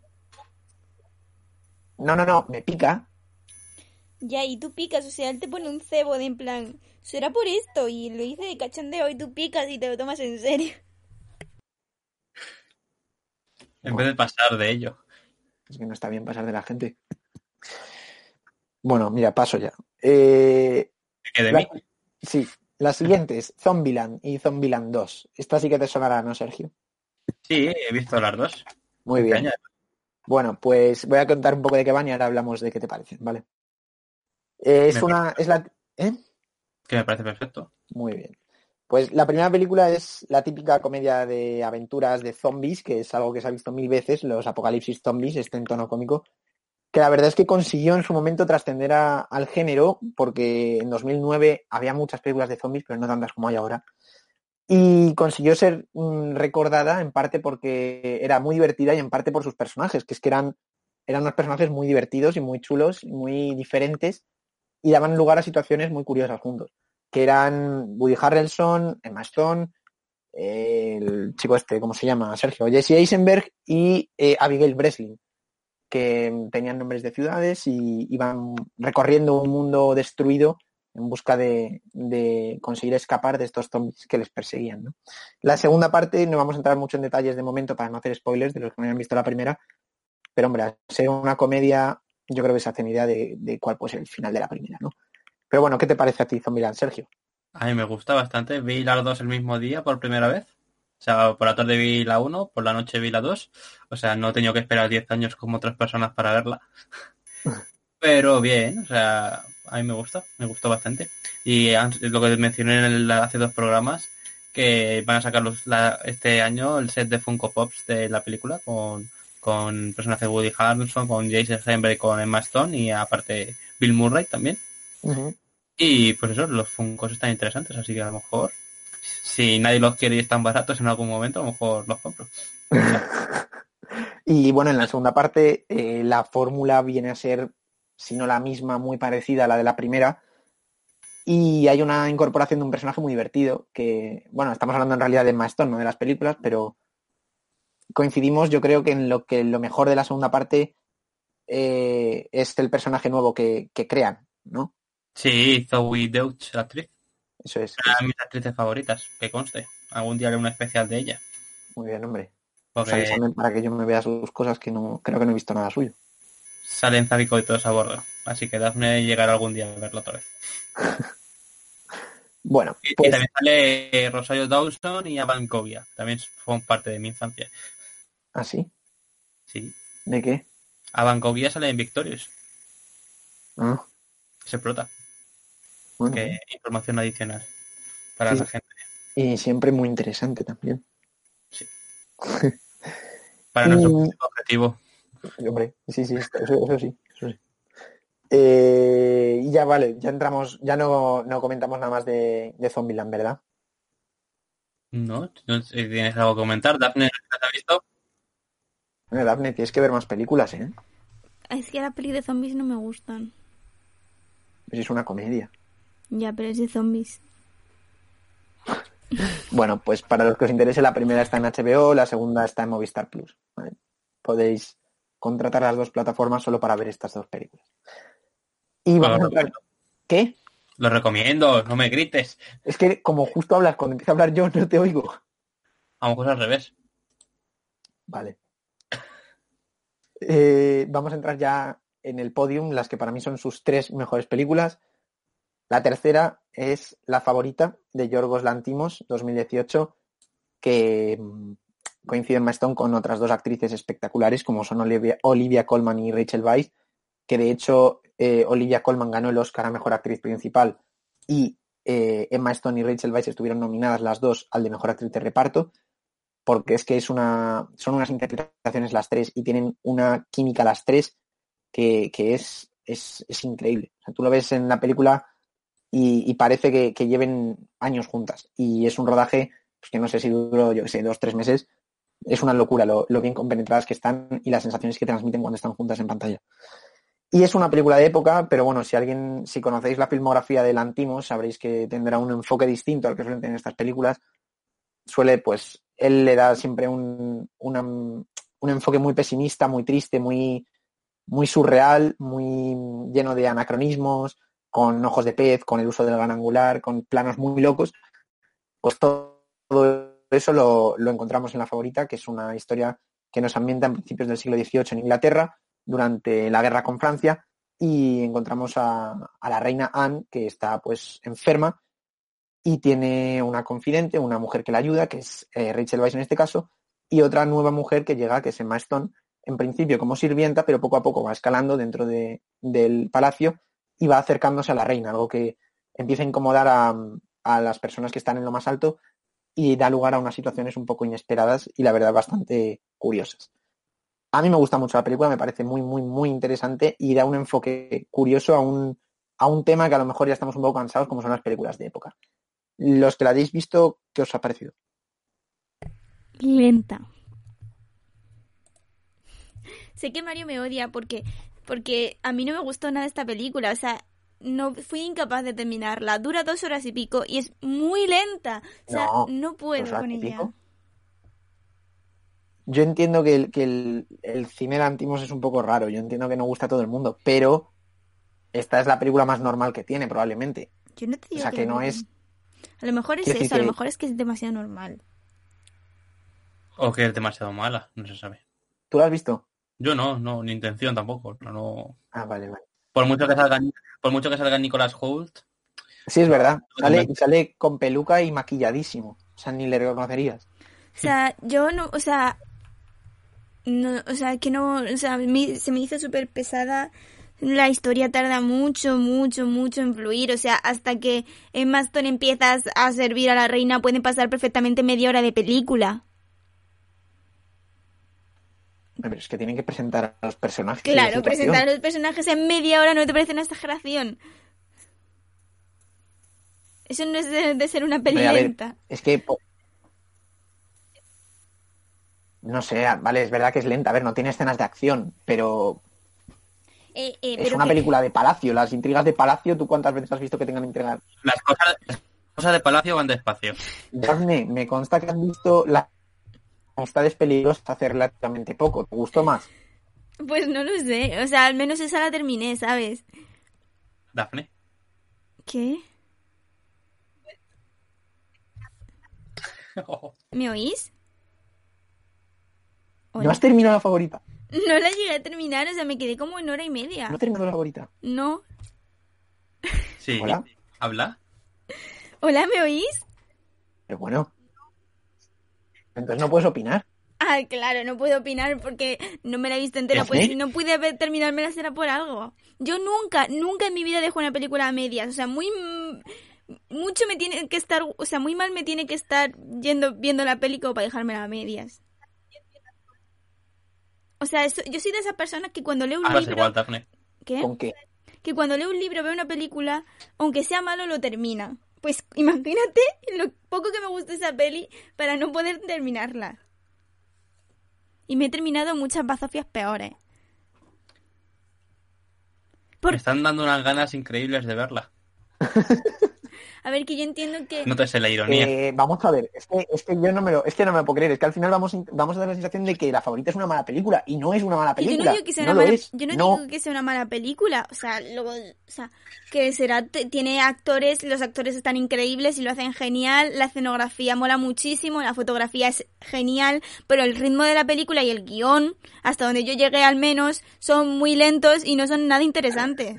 No, me pica. Ya, y tú picas, o sea, él te pone un cebo de en plan, será por esto, y lo hice de cachondeo y tú picas y te lo tomas en serio. En vez de pasar de ello. Es que no está bien pasar de la gente. Bueno, mira, paso ya. ¿Que de mí? Sí, las siguientes, Zombieland y Zombieland 2. Esta sí que te sonará, ¿no, Sergio? Sí, he visto las dos. Muy bien. Bueno, pues voy a contar un poco de qué van y ahora hablamos de qué te parecen, ¿vale? ¿Eh? Que me parece perfecto. Muy bien. Pues la primera película es la típica comedia de aventuras de zombies, que es algo que se ha visto 1000 veces, los apocalipsis zombies, en tono cómico, que la verdad es que consiguió en su momento trascender al género, porque en 2009 había muchas películas de zombies, pero no tantas como hay ahora. Y consiguió ser recordada en parte porque era muy divertida y en parte por sus personajes, que es que eran unos personajes muy divertidos y muy chulos, muy diferentes, y daban lugar a situaciones muy curiosas juntos, que eran Woody Harrelson, Emma Stone, el chico ¿cómo se llama? Sergio, Jesse Eisenberg y Abigail Breslin, que tenían nombres de ciudades y iban recorriendo un mundo destruido en busca de conseguir escapar de estos zombies que les perseguían, ¿no? La segunda parte no vamos a entrar mucho en detalles de momento para no hacer spoilers de los que no hayan visto la primera, pero hombre, al ser una comedia, yo creo que se hacen idea de cuál puede ser el final de la primera, ¿no? Pero bueno, ¿qué te parece a ti, Zombieland, Sergio? A mí me gusta bastante. Vi las dos el mismo día por primera vez. O sea, por la tarde vi la 1, por la noche vi la 2. O sea, no he tenido que esperar 10 años como otras personas para verla. Pero bien, o sea, a mí me gustó bastante. Y lo que mencioné hace 2 programas, que van a sacar este año el set de Funko Pops de la película con personajes de Woody Harrelson, con Jason Eisenberg, con Emma Stone y aparte Bill Murray también. Uh-huh. Y pues eso, los Funkos están interesantes, así que a lo mejor, si nadie los quiere y están baratos en algún momento, a lo mejor los compro. Y bueno, en la segunda parte la fórmula viene a ser, si no la misma, muy parecida a la de la primera. Y hay una incorporación de un personaje muy divertido, que, bueno, estamos hablando en realidad de Emma Stone, no de las películas, pero coincidimos, yo creo que lo mejor de la segunda parte es el personaje nuevo que crean, ¿no? Sí, Zoe Deutch, la actriz. Eso es. Una de mis actrices favoritas, que conste. Algún día haré una especial de ella. Muy bien, hombre. Pues Porque avísame para que yo me vea sus cosas, que no creo que no he visto nada suyo. salen Zabico y todos a bordo. Así que Daphne llegará algún día a verlo otra vez. Bueno, Y pues también sale Rosario Dawson y Avan Covia. También son parte de mi infancia. ¿así? Sí. ¿De qué? Avan Covia sale en Victorious. Ah, Se explota. bueno. Que información adicional para Sí, la sí. gente. Y siempre muy interesante también. Sí. Para Y- nuestro público objetivo. Hombre, sí, eso sí, eso sí. Y ya vale, ya entramos, ya no comentamos nada más de Zombieland, ¿verdad? ¿No? ¿No sé si tienes algo que comentar? Daphne, ¿la has visto? Daphne, tienes que ver más películas, ¿eh? Es que las pelis de zombies no me gustan. Pues es una comedia. Ya, pero es de zombies. Bueno, pues para los que os interese, la primera está en HBO, la segunda está en Movistar Plus. ¿Vale? Podéis contratar las dos plataformas solo para ver estas dos películas. Y vamos a entrar... ¿Qué? Lo recomiendo, no me grites. Es que como justo hablas, cuando empiezo a hablar yo no te oigo. A lo mejor es al revés. Vale. Vamos a entrar ya en el podium, las que para mí son sus tres mejores películas. La tercera es La favorita, de Yorgos Lanthimos, 2018, que coincide en Emma Stone con otras dos actrices espectaculares, como son Olivia Colman y Rachel Weisz, que de hecho Olivia Colman ganó el Oscar a Mejor Actriz Principal y Emma Stone y Rachel Weisz estuvieron nominadas las dos al de Mejor Actriz de Reparto, porque es que son unas interpretaciones las tres y tienen una química las tres que es increíble. O sea, tú lo ves en la película y parece que lleven años juntas. Y es un rodaje pues, que no sé si duró, yo qué sé, 2-3 meses. Es una locura lo bien compenetradas que están y las sensaciones que transmiten cuando están juntas en pantalla. Y es una película de época, pero bueno, si conocéis la filmografía de Lanthimos, sabréis que tendrá un enfoque distinto al que suelen tener estas películas. Pues, él le da siempre un enfoque muy pesimista, muy triste, muy, muy surreal, muy lleno de anacronismos, con ojos de pez, con el uso del gran angular, con planos muy locos. Pues todo eso lo encontramos en La favorita, que es una historia que nos ambienta en principios del siglo XVIII en Inglaterra, durante la guerra con Francia, y encontramos a la reina Anne, que está pues enferma, y tiene una confidente, una mujer que la ayuda, que es Rachel Weisz en este caso, y otra nueva mujer que llega, que es Emma Stone, en principio como sirvienta, pero poco a poco va escalando dentro del palacio y va acercándose a la reina, algo que empieza a incomodar a las personas que están en lo más alto y da lugar a unas situaciones un poco inesperadas y la verdad bastante curiosas. A mí me gusta mucho la película, me parece muy, muy, muy interesante y da un enfoque curioso a un tema que a lo mejor ya estamos un poco cansados, como son las películas de época. Los que la habéis visto, ¿qué os ha parecido? Lenta. Sé que Mario me odia porque a mí no me gustó nada esta película. O sea, no fui incapaz de terminarla. Dura 2 horas y pico y es muy lenta. O sea, no puedo 2 horas con y ella. pico. Yo entiendo que el cine de Lanthimos es un poco raro. Yo entiendo que no gusta a todo el mundo, pero esta es la película más normal que tiene, probablemente. Yo no te digo O sea, que no es... A lo mejor es Quiero decir eso, a lo que- mejor es que es demasiado normal. O que es demasiado mala, no se sabe. ¿Tú la has visto? Yo no, ni intención tampoco. No. Ah, vale, vale. Por mucho que salga Nicholas Hoult, Sí, es verdad. no me- Sale con peluca y maquilladísimo. O sea, ni le reconocerías. O sea, yo no, o sea, no, o sea, que no, o sea, se me hizo súper pesada. La historia tarda mucho, mucho, mucho en fluir. O sea, hasta que en Maston empiezas a servir a la reina pueden pasar perfectamente media hora de película. Pero es que tienen que presentar a los personajes. Claro, presentar a los personajes en media hora no te parece una exageración. Eso no es de ser una peli Hombre, a ver, lenta. es que... No sé, vale, es verdad que es lenta. A ver, no tiene escenas de acción, pero es Pero una que... película de palacio. Las intrigas de palacio, ¿tú cuántas veces has visto que tengan intrigas? Las cosas de palacio van despacio. Dafne, me consta que has visto las amistades peligrosas hace relativamente poco. ¿Te gustó más? Pues no lo sé. O sea, al menos esa la terminé, ¿sabes? Dafne. ¿Qué? ¿Me oís? ¿No has terminado la favorita? No la llegué a terminar, o sea, me quedé como en hora y media. ¿No has terminado la favorita? No. Sí. Hola. ¿Habla? ¿Hola, me oís? Pero bueno. Entonces no puedes opinar. Ah, claro, no puedo opinar porque no me la he visto entera. Pues si no pude terminarme la será por algo. Yo nunca en mi vida dejo una película a medias. O sea, mucho me tiene que estar, o sea, muy mal me tiene que estar viendo la peli como para dejármela a medias. O sea, yo soy de esas personas que cuando leo un Hablas libro... igual, Dafne. ¿Qué? ¿Con qué? Que cuando leo un libro, veo una película, aunque sea malo, lo termina. Pues imagínate lo poco que me gusta esa peli para no poder terminarla. Y me he terminado muchas bazofias peores. Me están dando unas ganas increíbles de verla. A ver, que yo entiendo que... No te sé la ironía. Vamos a ver, es que yo no me lo puedo creer. Es que al final vamos a dar la sensación de que La Favorita es una mala película y no es una mala película. Yo no digo que sea No una lo mala, es. yo no No. digo que sea una mala película, o sea, luego, o sea, que tiene actores, los actores están increíbles y lo hacen genial, la escenografía mola muchísimo, la fotografía es genial, pero el ritmo de la película y el guión, hasta donde yo llegué al menos, son muy lentos y no son nada interesantes.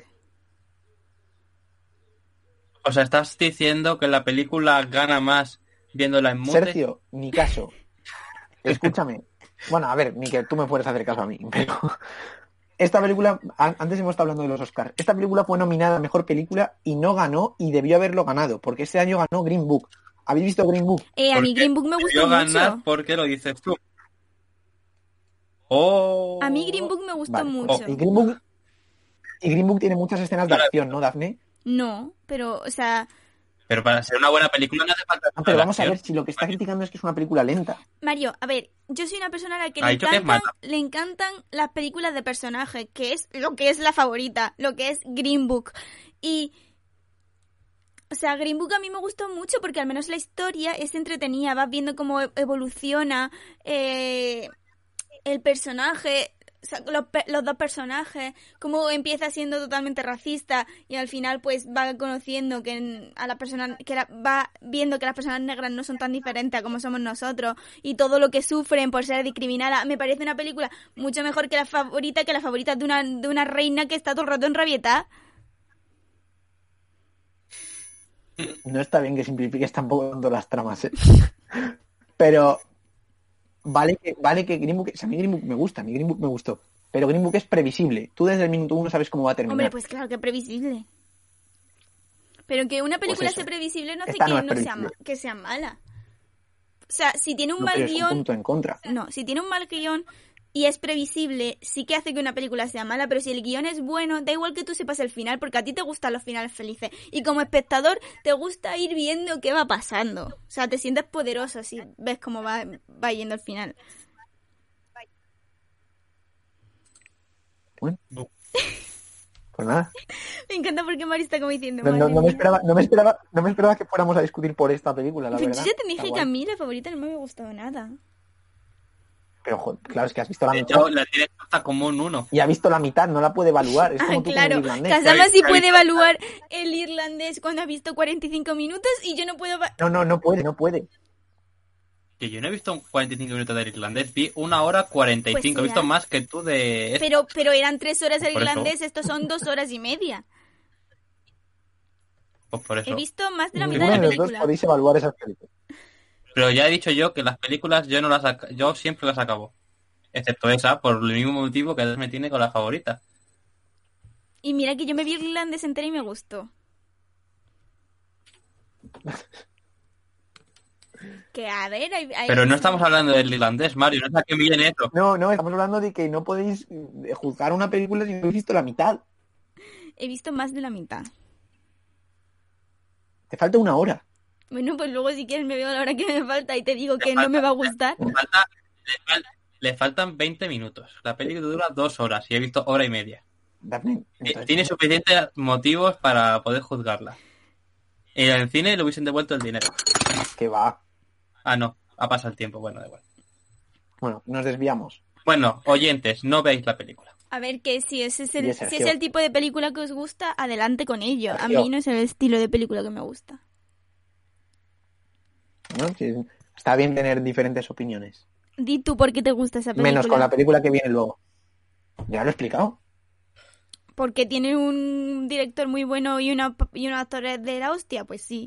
O sea, estás diciendo que la película gana más viéndola en mute. Sergio, ni caso. Escúchame. Bueno, a ver, ni que tú me puedes hacer caso a mí, pero esta película, antes hemos estado hablando de los Oscars, esta película fue nominada a Mejor Película y no ganó y debió haberlo ganado, porque este año ganó Green Book. ¿Habéis visto Green Book? A mí Green Book me gustó Yo ganar mucho. porque lo dices tú. Oh. A mí Green Book me gustó Vale. mucho. Y Green Book tiene muchas escenas de acción, ¿no, Dafne? No, pero, o sea... Pero para ser una buena película no hace falta... No, pero vamos a ver si lo que está criticando es que es una película lenta. Mario, a ver, yo soy una persona a la que Ha dicho que es mala. le encantan las películas de personajes, que es lo que es La Favorita, lo que es Green Book. Y, o sea, Green Book a mí me gustó mucho porque al menos la historia es entretenida, vas viendo cómo evoluciona el personaje, o sea, los dos personajes, cómo empieza siendo totalmente racista y al final pues va conociendo que a las personas, va viendo que las personas negras no son tan diferentes a como somos nosotros y todo lo que sufren por ser discriminadas. Me parece una película mucho mejor que La Favorita de una reina que está todo el rato enrabietada. No está bien que simplifiques tampoco dando las tramas, ¿eh? Pero vale que Green Book, o sea, a mí Green Book me gusta, a mí Green Book me gustó, pero Green Book es previsible. Tú desde el minuto 1 sabes cómo va a terminar. Hombre, pues claro que es previsible. Pero que una película Pues eso. sea previsible no hace Esta que no es no sea previsible. que sea mala. O sea, si tiene un No, mal pero es un guión... punto en contra. No, si tiene un mal guión y es previsible, sí que hace que una película sea mala, pero si el guión es bueno, da igual que tú sepas el final, porque a ti te gustan los finales felices. Y como espectador, te gusta ir viendo qué va pasando. O sea, te sientes poderoso si ves cómo va yendo el final. Bueno, pues nada. Me encanta porque Mari está como diciendo... No "Madre me mía". esperaba que fuéramos a discutir por esta película, la Pues verdad. yo ya te dije Está que guay. a mí La Favorita no me ha gustado nada. Pero joder, claro, es que has visto la De mitad. hecho, la tienes hasta como un 1. Y ha visto la mitad, no la puede evaluar. Es como tú Claro, con el irlandés. Casama sí Ahí- puede evaluar el irlandés cuando ha visto 45 minutos y yo no puedo... No puede. Que yo no he visto 45 minutos del irlandés, vi 1 hora 45. Pues He visto será. más que tú de... Pero eran 3 horas el Por eso. irlandés, estos son 2 horas y media. Pues por eso. He visto más de la mitad Ninguno de de la los dos película. podéis evaluar esas películas. Pero ya he dicho yo que las películas yo siempre las acabo. Excepto esa, por el mismo motivo que me tiene con la favorita. Y mira que yo me vi el irlandés entero y me gustó. Que a ver, hay... Pero no estamos hablando del irlandés, Mario, no es a qué me viene eso. No, estamos hablando de que no podéis juzgar una película si no habéis visto la mitad. He visto más de la mitad. Te falta 1 hora. Bueno, pues luego si quieres me veo la hora que me falta y te digo que no me va a gustar. Le faltan 20 minutos. La película dura 2 horas y he visto hora y media. Daphne, entonces, Tiene suficientes motivos para poder juzgarla. En el cine le hubiesen devuelto el dinero. que va. Ah, no. Ha pasado el tiempo. Bueno, da igual. Bueno, nos desviamos. Bueno, oyentes, no veáis la película. A ver, que si ese es Y el, es si es Sergio. el tipo de película que os gusta, adelante con ello. A Sergio. mí no es el estilo de película que me gusta. ¿No? Que está bien tener diferentes opiniones. Di tú por qué te gusta esa película. Menos con la película que viene luego. Ya lo he explicado. Porque tiene un director muy bueno y una actor de la hostia, pues sí.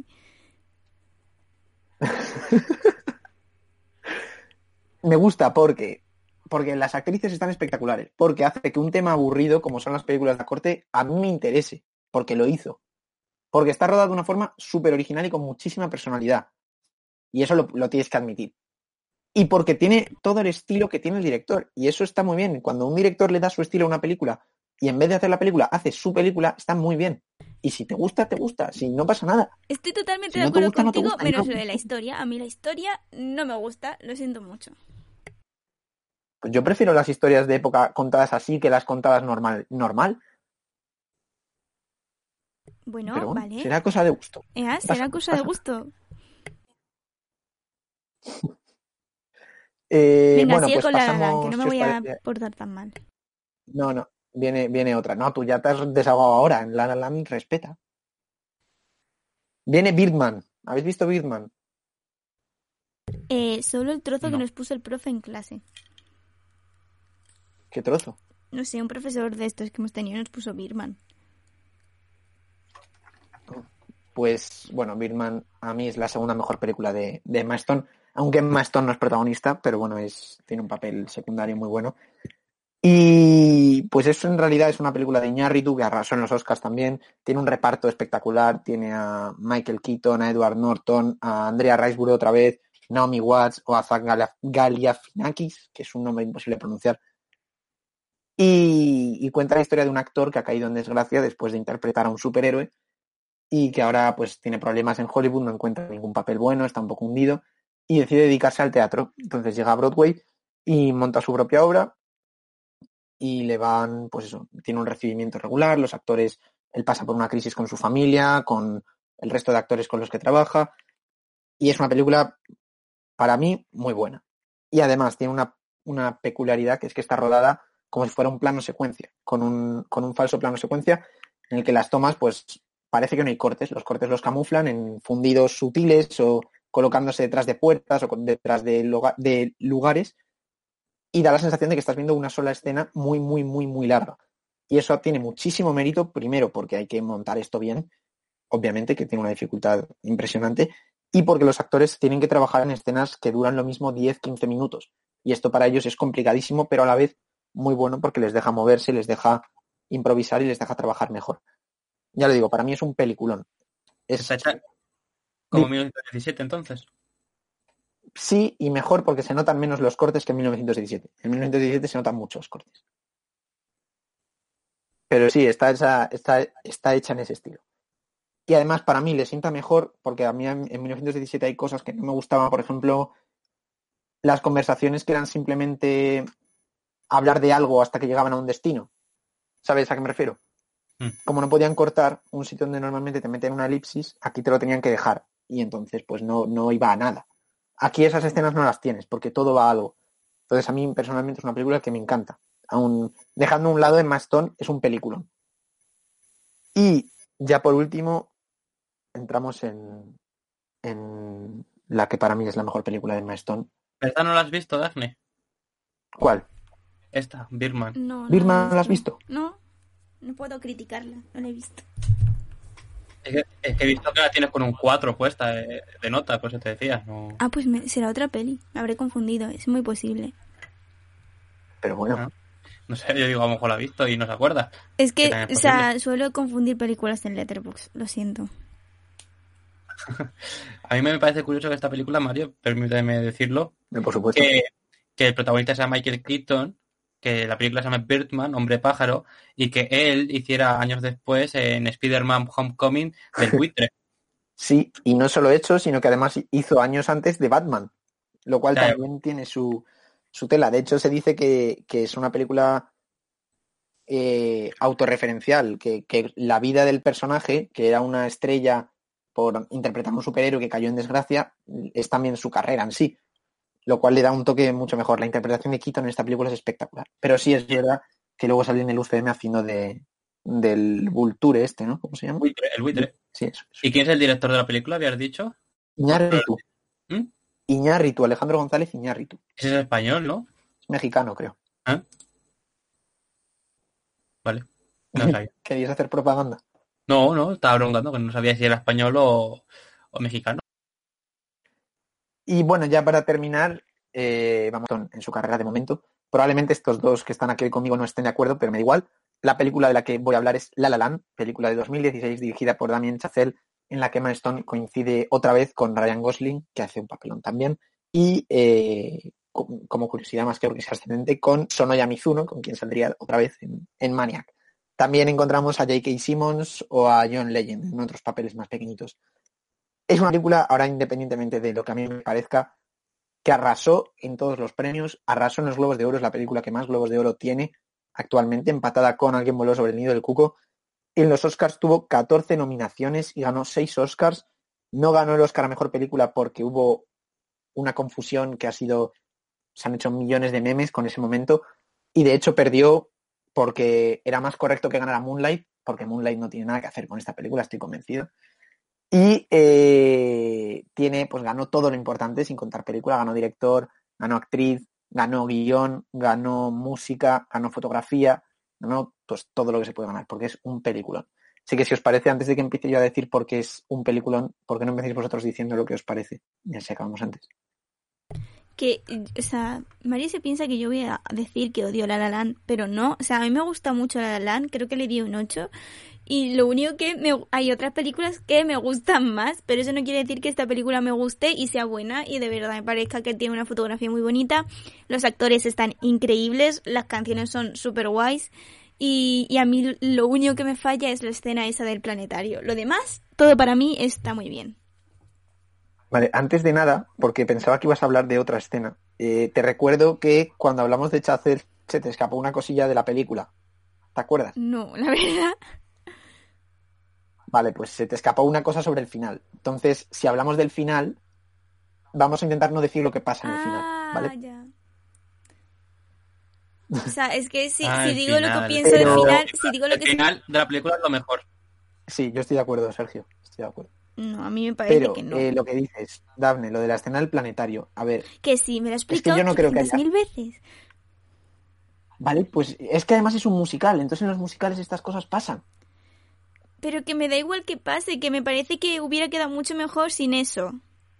Me gusta porque las actrices están espectaculares. Porque hace que un tema aburrido, como son las películas de la corte, a mí me interese. Porque lo hizo. Porque está rodado de una forma súper original y con muchísima personalidad. Y eso lo tienes que admitir. Y porque tiene todo el estilo que tiene el director. Y eso está muy bien. Cuando un director le da su estilo a una película y en vez de hacer la película, hace su película, está muy bien. Y si te gusta, te gusta. Si no pasa nada. Estoy totalmente Si de no te acuerdo gusta, no te contigo, gusta, menos no. lo de la historia. A mí la historia no me gusta, lo siento mucho. Pues yo prefiero las historias de época contadas así que las contadas normal. Bueno, Pero bueno, vale. será cosa de gusto. Será cosa de gusto. Venga, Bueno, sigue pues con La La Land, pasamos. que no me ¿qué os voy a parece? portar tan mal. No, viene otra. No, tú ya te has desahogado ahora. En La La Land respeta. Viene Birdman. ¿Habéis visto Birdman? Solo el trozo que No. nos puso el profe en clase. ¿Qué trozo? No sé, un profesor de estos que hemos tenido nos puso Birman. Pues, bueno, Birdman a mí es la segunda mejor película de Emma Stone. Aunque Emma Stone no es protagonista, pero bueno, tiene un papel secundario muy bueno. Y pues eso en realidad es una película de Iñárritu que arrasó en los Oscars también. Tiene un reparto espectacular. Tiene a Michael Keaton, a Edward Norton, a Andrea Riseborough otra vez, Naomi Watts o a Zach Galifianakis, que es un nombre imposible de pronunciar. Y cuenta la historia de un actor que ha caído en desgracia después de interpretar a un superhéroe y que ahora pues tiene problemas en Hollywood, no encuentra ningún papel bueno, está un poco hundido y decide dedicarse al teatro. Entonces llega a Broadway y monta su propia obra y le van, pues eso, tiene un recibimiento regular, los actores, él pasa por una crisis con su familia, con el resto de actores con los que trabaja y es una película para mí muy buena. Y además tiene una peculiaridad que es que está rodada como si fuera un plano secuencia, con un falso plano secuencia en el que las tomas pues parece que no hay cortes, los cortes los camuflan en fundidos sutiles o colocándose detrás de puertas o detrás de lugares y da la sensación de que estás viendo una sola escena muy, muy, muy, muy larga. Y eso tiene muchísimo mérito, primero porque hay que montar esto bien, obviamente que tiene una dificultad impresionante, y porque los actores tienen que trabajar en escenas que duran lo mismo 10-15 minutos. Y esto para ellos es complicadísimo, pero a la vez muy bueno porque les deja moverse, les deja improvisar y les deja trabajar mejor. Ya lo digo, para mí es un peliculón. Está hecha como 1917 entonces. Sí, y mejor porque se notan menos los cortes que en 1917. En 1917 se notan muchos cortes. Pero sí, está hecha en ese estilo. Y además para mí le sienta mejor porque a mí en 1917 hay cosas que no me gustaban, por ejemplo, las conversaciones que eran simplemente hablar de algo hasta que llegaban a un destino. ¿Sabes a qué me refiero? Como no podían cortar un sitio donde normalmente te meten una elipsis, aquí te lo tenían que dejar. Y entonces pues no iba a nada. Aquí esas escenas no las tienes porque todo va a algo. Entonces a mí personalmente es una película que me encanta. Aún dejando a un lado Emma Stone, es un peliculón. Y ya por último entramos en la que para mí es la mejor película de Emma Stone. ¿Esta no la has visto, Daphne? ¿Cuál? Esta, Birdman. No, ¿Birdman no la has visto? No puedo criticarla, no la he visto. Es que he visto que la tienes con un 4 puesta de nota, pues te decía. No. Ah, pues será otra peli, me habré confundido, es muy posible. Pero bueno. Ah. No sé, yo digo, a lo mejor la ha visto y no se acuerda. Es que, también es o sea, suelo confundir películas en Letterboxd, lo siento. A mí me parece curioso que esta película, Mario, permíteme decirlo, Por supuesto. que el protagonista sea Michael Keaton, que la película se llama Birdman, Hombre Pájaro, y que él hiciera años después en Spider-Man Homecoming del buitre. Sí, y no solo hecho, sino que además hizo años antes de Batman, lo cual Claro. también tiene su tela. De hecho, se dice que es una película autorreferencial, que la vida del personaje, que era una estrella por interpretar a un superhéroe que cayó en desgracia, es también su carrera en sí, lo cual le da un toque mucho mejor. La interpretación de Keaton en esta película es espectacular. Pero sí es verdad que luego salió en el UCM haciendo del Vulture este, ¿no? ¿Cómo se llama? El buitre. Sí, eso. ¿Y quién es el director de la película, habías dicho? Iñárritu. ¿Mm? Iñárritu, Alejandro González Iñárritu. Ese es español, ¿no? Es mexicano, creo. ¿Ah? Vale, no sabía. ¿Querías hacer propaganda? No, estaba preguntando que no sabía si era español o mexicano. Y bueno, ya para terminar, vamos en su carrera de momento. Probablemente estos dos que están aquí hoy conmigo no estén de acuerdo, pero me da igual. La película de la que voy a hablar es La La Land, película de 2016 dirigida por Damien Chazelle, en la que Emma Stone coincide otra vez con Ryan Gosling, que hace un papelón también, y como curiosidad más que porque sea ascendente, con Sonoya Mizuno, con quien saldría otra vez en Maniac. También encontramos a J.K. Simmons o a John Legend en otros papeles más pequeñitos. Es una película, ahora independientemente de lo que a mí me parezca, que arrasó en todos los premios, arrasó en los Globos de Oro, es la película que más Globos de Oro tiene actualmente, empatada con Alguien voló sobre el nido del cuco. En los Oscars tuvo 14 nominaciones y ganó 6 Oscars. No ganó el Oscar a Mejor Película porque hubo una confusión que se han hecho millones de memes con ese momento, y de hecho perdió porque era más correcto que ganara Moonlight, porque Moonlight no tiene nada que hacer con esta película, estoy convencido. Y pues ganó todo lo importante, sin contar película, ganó director, ganó actriz, ganó guión, ganó música, ganó fotografía, ganó pues todo lo que se puede ganar, porque es un peliculón. Así que si os parece, antes de que empiece yo a decir por qué es un peliculón, ¿por qué no empecéis vosotros diciendo lo que os parece? Ya se acabamos antes. Que, o sea, María se piensa que yo voy a decir que odio La La Land, pero no, o sea, a mí me gusta mucho La La Land, creo que le di un 8. Y lo único que hay otras películas que me gustan más, pero eso no quiere decir que esta película me guste y sea buena y de verdad me parezca que tiene una fotografía muy bonita. Los actores están increíbles, las canciones son súper guays y a mí lo único que me falla es la escena esa del planetario. Lo demás, todo para mí está muy bien. Vale, antes de nada, porque pensaba que ibas a hablar de otra escena, te recuerdo que cuando hablamos de Chazelle se te escapó una cosilla de la película. ¿Te acuerdas? No, la verdad. Vale, pues se te escapó una cosa sobre el final. Entonces, si hablamos del final, vamos a intentar no decir lo que pasa en el final, ¿vale? Ya. O sea, es que si El digo lo que final. pienso Pero- del final, si digo lo El que... final de la película es lo mejor. Sí, yo estoy de acuerdo, Sergio. Estoy de acuerdo. No, a mí me parece Pero que no. lo que dices, Dafne, lo de la escena del planetario. A ver, Que sí, me lo he es que explicado yo no creo que haya... 500.000 veces. Vale, pues es que además es un musical. Entonces en los musicales estas cosas pasan. Pero que me da igual que pase, que me parece que hubiera quedado mucho mejor sin eso.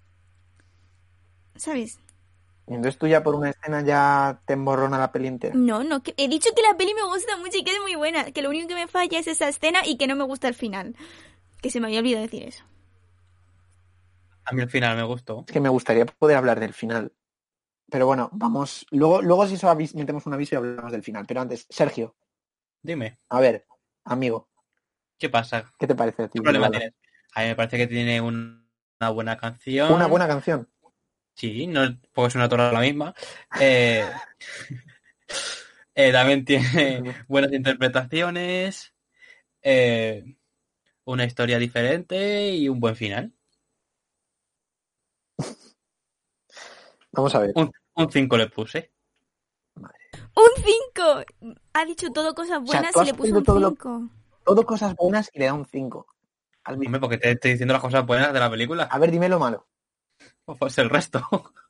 ¿Sabes? Y entonces tú ya por una escena ya te emborrona la peli entera. No, que he dicho que la peli me gusta mucho y que es muy buena. Que lo único que me falla es esa escena y que no me gusta el final. Que se me había olvidado decir eso. A mí el final me gustó. Es que me gustaría poder hablar del final. Pero bueno, vamos. Luego si eso metemos un aviso y hablamos del final. Pero antes, Sergio, Dime, a ver, amigo, ¿qué pasa? ¿qué te parece a ti? ¿Qué problema Lala? tienes? A mí me parece que tiene una buena canción. Una buena canción. Sí, no porque es una torre la misma. También tiene buenas interpretaciones, una historia diferente y un buen final. Vamos a ver. Un 5 le puse. ¡Un 5! Ha dicho todo cosas O sea, buenas tú y has le puso pedido un 5. todo cosas buenas y le da un 5. Hombre, porque te estoy diciendo las cosas buenas de la película. A ver, dime lo malo, Pues el resto.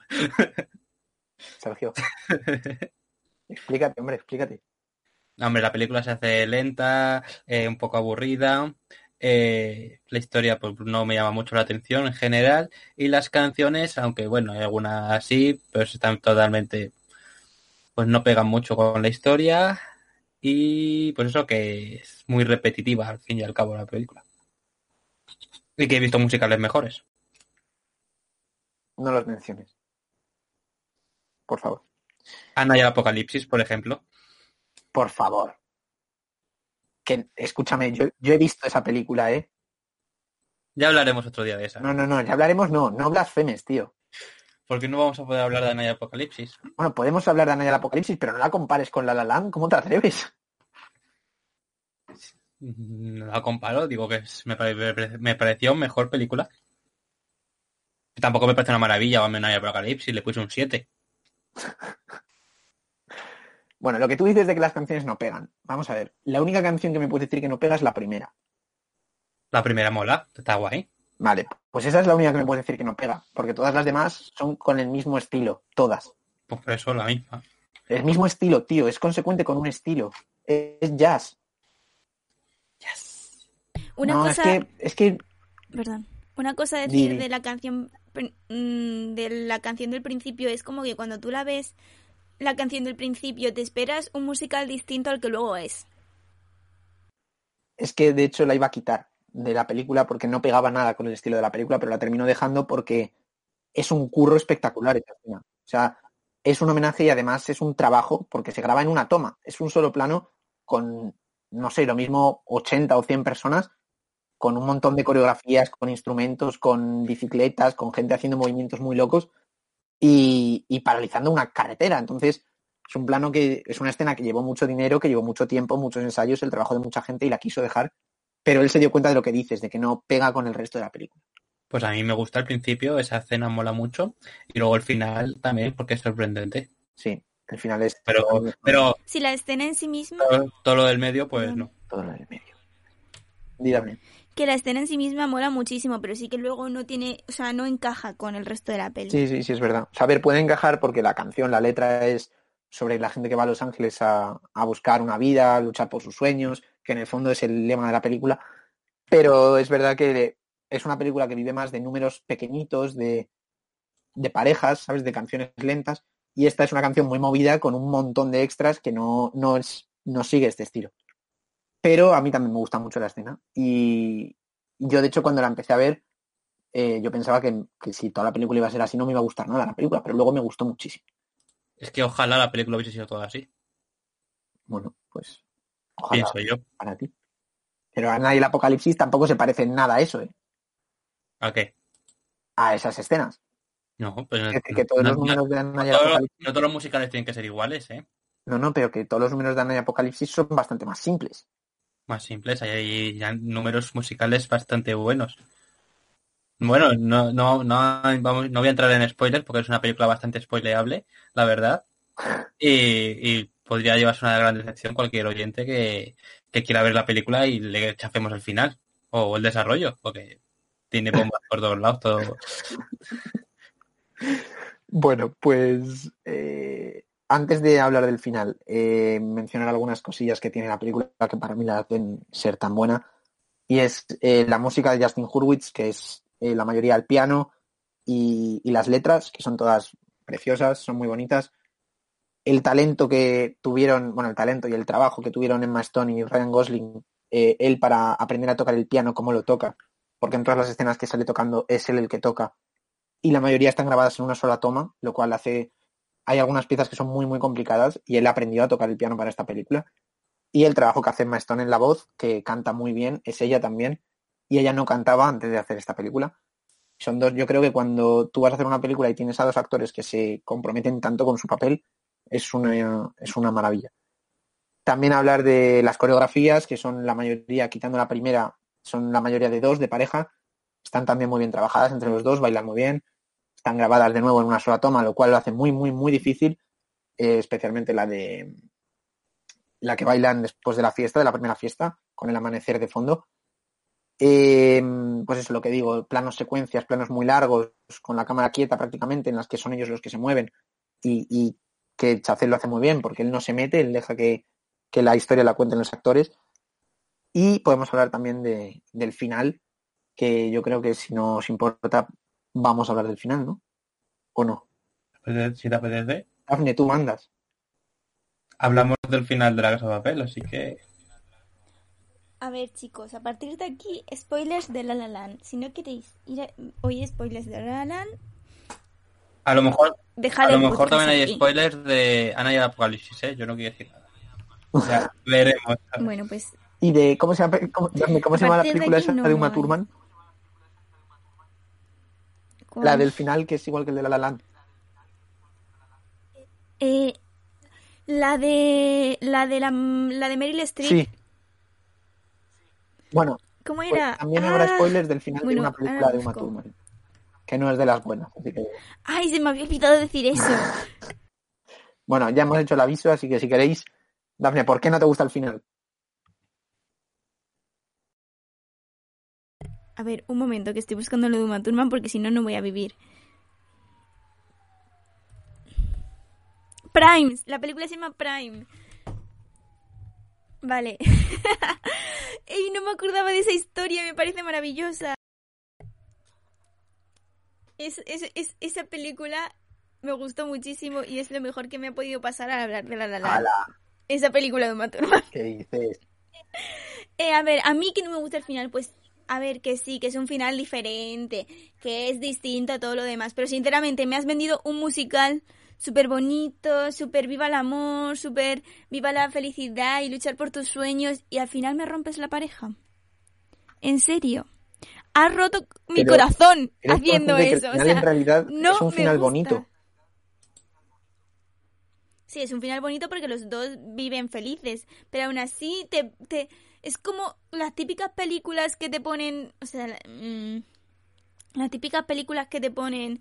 Sergio. Explícate, hombre, explícate. Hombre, la película se hace lenta, un poco aburrida. La historia pues no me llama mucho la atención en general. Y las canciones, aunque bueno, hay algunas así, pero están totalmente, pues no pegan mucho con la historia. Y pues eso que es muy repetitiva al fin y al cabo la película. Y que he visto musicales mejores. No los menciones. Por favor. Ana y el Apocalipsis, por ejemplo. Por favor. Que, escúchame, yo he visto esa película, ¿eh? Ya hablaremos otro día de esa. No, ya hablaremos, no blasfemes, tío. Porque no vamos a poder hablar de Anaya Apocalipsis. Bueno, podemos hablar de Anaya del Apocalipsis, pero no la compares con La La Land, ¿cómo te atreves? No la comparo, digo que me pareció mejor película. Tampoco me parece una maravilla o Anaya Apocalipsis, le puse un 7. Bueno, lo que tú dices de que las canciones no pegan. Vamos a ver, la única canción que me puedes decir que no pega es la primera. La primera mola, está guay. Vale, pues esa es la única que me puedes decir que no pega, porque todas las demás son con el mismo estilo, todas. Pues por eso la misma. El mismo estilo, tío, es consecuente con un estilo. Es jazz. Una No, cosa... es que Perdón. Una cosa a decir Di. de la canción del principio es como que cuando tú la ves, la canción del principio, te esperas un musical distinto al que luego es. Es que de hecho la iba a quitar de la película porque no pegaba nada con el estilo de la película, pero la termino dejando porque es un curro espectacular esa escena. O sea, es un homenaje y además es un trabajo porque se graba en una toma. Es un solo plano con, no sé, lo mismo 80 o 100 personas, con un montón de coreografías, con instrumentos, con bicicletas, con gente haciendo movimientos muy locos y paralizando una carretera. Entonces, es un plano que es una escena que llevó mucho dinero, que llevó mucho tiempo, muchos ensayos, el trabajo de mucha gente y la quiso dejar, pero él se dio cuenta de lo que dices, de que no pega con el resto de la película. Pues a mí me gusta el principio, esa escena mola mucho. Y luego el final también, porque es sorprendente. Sí, el final es Pero Si la escena en sí misma, todo lo del medio, pues no. todo lo del medio. Dígame. que la escena en sí misma mola muchísimo, pero sí que luego no tiene, o sea, no encaja con el resto de la peli. Sí, es verdad. O sea, a ver, puede encajar porque la canción, la letra es sobre la gente que va a Los Ángeles a buscar una vida, a luchar por sus sueños, que en el fondo es el lema de la película. Pero es verdad que es una película que vive más de números pequeñitos, de parejas, ¿sabes? De canciones lentas. Y esta es una canción muy movida con un montón de extras que no sigue este estilo. Pero a mí también me gusta mucho la escena. Y yo, de hecho, cuando la empecé a ver, yo pensaba que si toda la película iba a ser así no me iba a gustar nada la película, pero luego me gustó muchísimo. Es que ojalá la película hubiese sido toda así. Bueno, pues ojalá Pienso yo. para ti. Pero a nadie el Apocalipsis tampoco se parece en nada a eso, ¿eh? ¿A qué? A esas escenas. No, pues Es decir, que todos los números de Ana y el no Apocalipsis... todos los musicales tienen que ser iguales, ¿eh? No, pero que todos los números de Ana y Apocalipsis son bastante más simples. Más simples, hay ya números musicales bastante buenos. Bueno, no voy a entrar en spoilers porque es una película bastante spoileable, la verdad. Y podría llevarse una gran decepción cualquier oyente que quiera ver la película y le chafemos el final o el desarrollo, porque tiene bombas por todos lados, todo. Bueno, pues antes de hablar del final, mencionar algunas cosillas que tiene la película que para mí la hacen ser tan buena. Y es la música de Justin Hurwitz, que es la mayoría al piano, y las letras, que son todas preciosas, son muy bonitas. El talento que tuvieron, bueno, el talento y el trabajo que tuvieron Emma Stone y Ryan Gosling, él para aprender a tocar el piano, cómo lo toca, porque en todas las escenas que sale tocando es él el que toca. Y la mayoría están grabadas en una sola toma, lo cual hace... Hay algunas piezas que son muy, muy complicadas y él aprendió a tocar el piano para esta película. Y el trabajo que hace Emma Stone en la voz, que canta muy bien, es ella también. Y ella no cantaba antes de hacer esta película. Son dos, yo creo que cuando tú vas a hacer una película y tienes a dos actores que se comprometen tanto con su papel, es una maravilla. También hablar de las coreografías, que son la mayoría, quitando la primera, son la mayoría de dos, de pareja. Están también muy bien trabajadas entre los dos, bailan muy bien. Están grabadas de nuevo en una sola toma, lo cual lo hace muy, muy, muy difícil. Especialmente la que bailan después de la fiesta, de la primera fiesta, con el amanecer de fondo. Pues eso, lo que digo, planos secuencias, planos muy largos, con la cámara quieta prácticamente, en las que son ellos los que se mueven. Y que Chazelle lo hace muy bien, porque él no se mete, él deja que la historia la cuenten los actores. Y podemos hablar también del final, que yo creo que si nos importa, vamos a hablar del final, ¿no? ¿O no? Si te apetece, Dafne, tú mandas. hablamos del final de La Casa de Papel, así que... A ver, chicos, a partir de aquí, spoilers de La La Land. Si no queréis oír spoilers de La La Land, A lo mejor dejad A lo el mejor podcast también hay aquí. spoilers de Ana y el Apocalipsis, ¿eh? Yo no quiero decir nada. Ya, veremos. Bueno, pues ¿Y de cómo se llama A la partir de película aquí esa no de Uma hay. Thurman? La del final, que es igual que el de La La Land. La de Meryl Streep. Sí. Bueno, ¿Cómo pues era? también habrá spoilers del final de bueno, una película ahora de Uma busco. Thurman, que no es de las buenas. Así que, Ay, se me había olvidado decir eso. bueno, ya hemos hecho el aviso, así que si queréis, Dafne, ¿por qué no te gusta el final? A ver, un momento, que estoy buscando lo de Uma Thurman porque si no, no voy a vivir. Prime, la película se llama Prime. Vale. Y no me acordaba de esa historia, me parece maravillosa. Esa película me gustó muchísimo y es lo mejor que me ha podido pasar al hablar de La La Land. ¡Hala! Esa película de Uma Thurman. ¿Qué dices? A ver, a mí que no me gusta el final, pues a ver, que sí, que es un final diferente, que es distinto a todo lo demás, pero sinceramente me has vendido un musical súper bonito, súper viva el amor, súper viva la felicidad y luchar por tus sueños y al final me rompes la pareja. ¿En serio? Has roto mi corazón haciendo eso. El final, en realidad, no es un final bonito. Sí, es un final bonito porque los dos viven felices, pero aún así es como las típicas películas que te ponen, o sea, las típicas películas que te ponen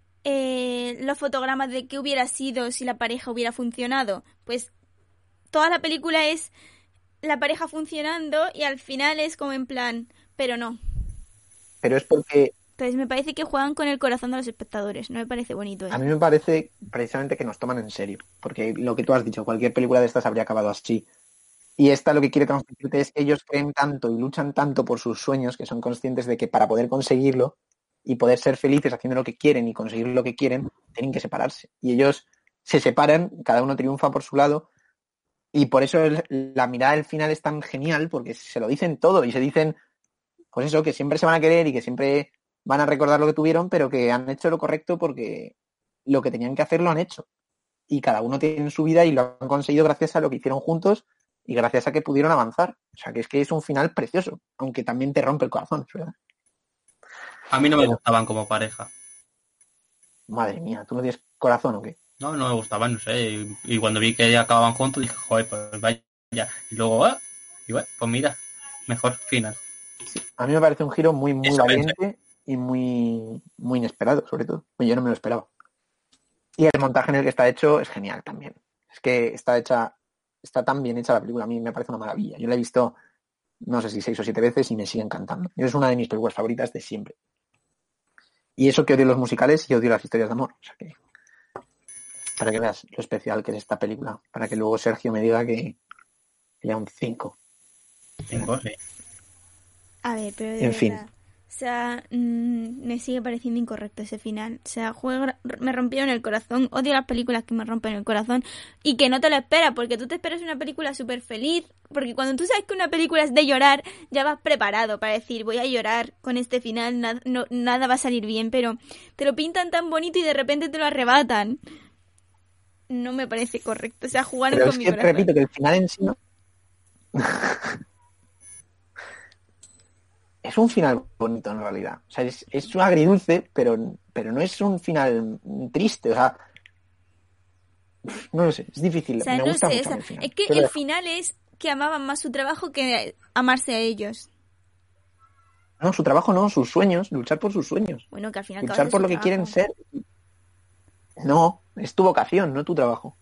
los fotogramas de qué hubiera sido si la pareja hubiera funcionado. Pues toda la película es la pareja funcionando y al final es como en plan, pero no. Pero es porque... Entonces me parece que juegan con el corazón de los espectadores, no me parece bonito eso. A mí me parece precisamente que nos toman en serio, porque lo que tú has dicho, cualquier película de estas habría acabado así. Y esta lo que quiere transmitirte es que ellos creen tanto y luchan tanto por sus sueños que son conscientes de que para poder conseguirlo y poder ser felices haciendo lo que quieren y conseguir lo que quieren, tienen que separarse. Y ellos se separan, cada uno triunfa por su lado, y por eso la mirada del final es tan genial, porque se lo dicen todo y se dicen, pues eso, que siempre se van a querer y que siempre van a recordar lo que tuvieron, pero que han hecho lo correcto porque lo que tenían que hacer lo han hecho. Y cada uno tiene su vida y lo han conseguido gracias a lo que hicieron juntos y gracias a que pudieron avanzar. O sea, que es un final precioso, aunque también te rompe el corazón, es verdad. A mí no me gustaban como pareja. Madre mía, ¿tú no tienes corazón o qué? No me gustaban, no sé. Y cuando vi que acababan juntos dije, joder, pues vaya. Y luego, y bueno, pues mira, mejor final. Sí, a mí me parece un giro muy, muy Eso valiente pensé. y muy, muy inesperado, sobre todo. Pues yo no me lo esperaba. Y el montaje en el que está hecho es genial también. Es que está tan bien hecha la película. A mí me parece una maravilla. Yo la he visto, no sé si 6 o 7 veces y me sigue encantando. Es una de mis películas favoritas de siempre. Y eso que odio los musicales y odio las historias de amor. O sea que, para que veas lo especial que es esta película. Para que luego Sergio me diga que ya un 5. 5, sí. A ver, pero de En fin. verdad. O sea, me sigue pareciendo incorrecto ese final. O sea, me rompieron el corazón. Odio las películas que me rompen el corazón y que no te lo esperas, porque tú te esperas una película súper feliz. Porque cuando tú sabes que una película es de llorar, ya vas preparado para decir, voy a llorar con este final, nada va a salir bien, pero te lo pintan tan bonito y de repente te lo arrebatan. No me parece correcto. O sea, jugaron Pero con es mi que corazón. repito que el final en sí no... Es un final bonito en realidad. O sea, es un agridulce, pero no es un final triste. O sea, no lo sé, es difícil. O sea, me no gusta sé, mucho o sea, el final. es que Yo lo el dejo. final es que amaban más su trabajo que amarse a ellos. No, su trabajo no, sus sueños, luchar por sus sueños. Bueno, que al final Luchar por lo que quieren ser. No, es tu vocación, no tu trabajo.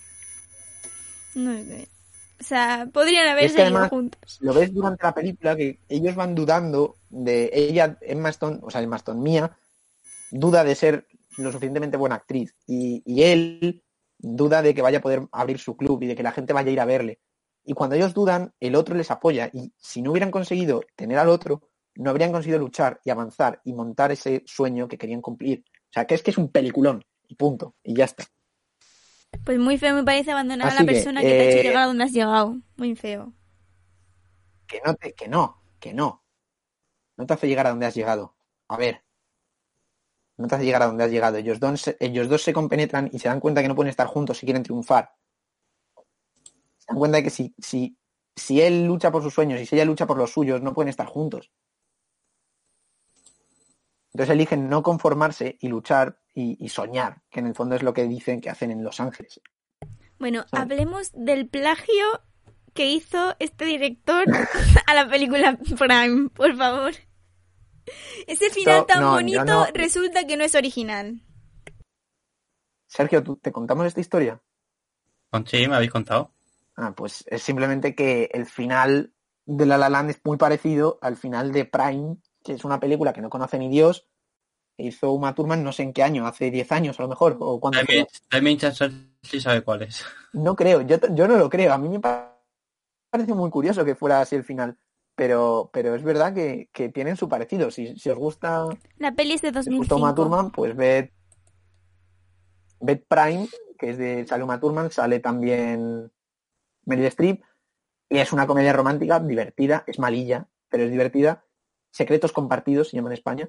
No sé. O sea, podrían haber Es que seguido además juntos. lo ves durante la película que ellos van dudando de ella, Emma Stone, o sea, Emma Stone Mía, duda de ser lo suficientemente buena actriz y él duda de que vaya a poder abrir su club y de que la gente vaya a ir a verle. Y cuando ellos dudan, el otro les apoya y si no hubieran conseguido tener al otro, no habrían conseguido luchar y avanzar y montar ese sueño que querían cumplir. O sea, que es un peliculón y punto. Y ya está. Pues muy feo me parece abandonar Así a la persona que te ha hecho llegar a donde has llegado. Muy feo. Que no. No te hace llegar a donde has llegado. A ver. No te hace llegar a donde has llegado. Ellos dos se compenetran y se dan cuenta que no pueden estar juntos si quieren triunfar. Se dan cuenta de que si él lucha por sus sueños y si ella lucha por los suyos, no pueden estar juntos. Entonces eligen no conformarse y luchar y soñar, que en el fondo es lo que dicen que hacen en Los Ángeles. Bueno, ¿Sabes? hablemos del plagio que hizo este director a la película Prime, por favor. Ese final tan no, yo bonito no. resulta que no es original. Sergio, ¿te contamos esta historia? Sí, me habéis contado. Pues es simplemente que el final de La La Land es muy parecido al final de Prime, que es una película que no conoce ni Dios, que hizo Uma Thurman no sé en qué año, hace 10 años a lo mejor, o cuando Damien Chazelle sí sabe cuál es. No creo, yo no lo creo. A mí me parece muy curioso que fuera así el final, pero es verdad que tienen su parecido. Si os gusta, La peli es de si os gusta Uma 2005. Thurman, pues ved Prime, que es de sale Uma Thurman, sale también Meryl Streep, y es una comedia romántica divertida, es malilla, pero es divertida. Secretos compartidos se llama en España.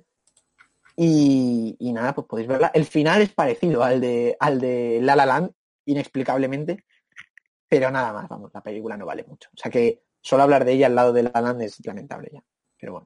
Y nada, pues podéis verla. El final es parecido al de La La Land, inexplicablemente, pero nada más, vamos, la película no vale mucho. O sea que solo hablar de ella al lado de La La Land es lamentable ya. Pero bueno,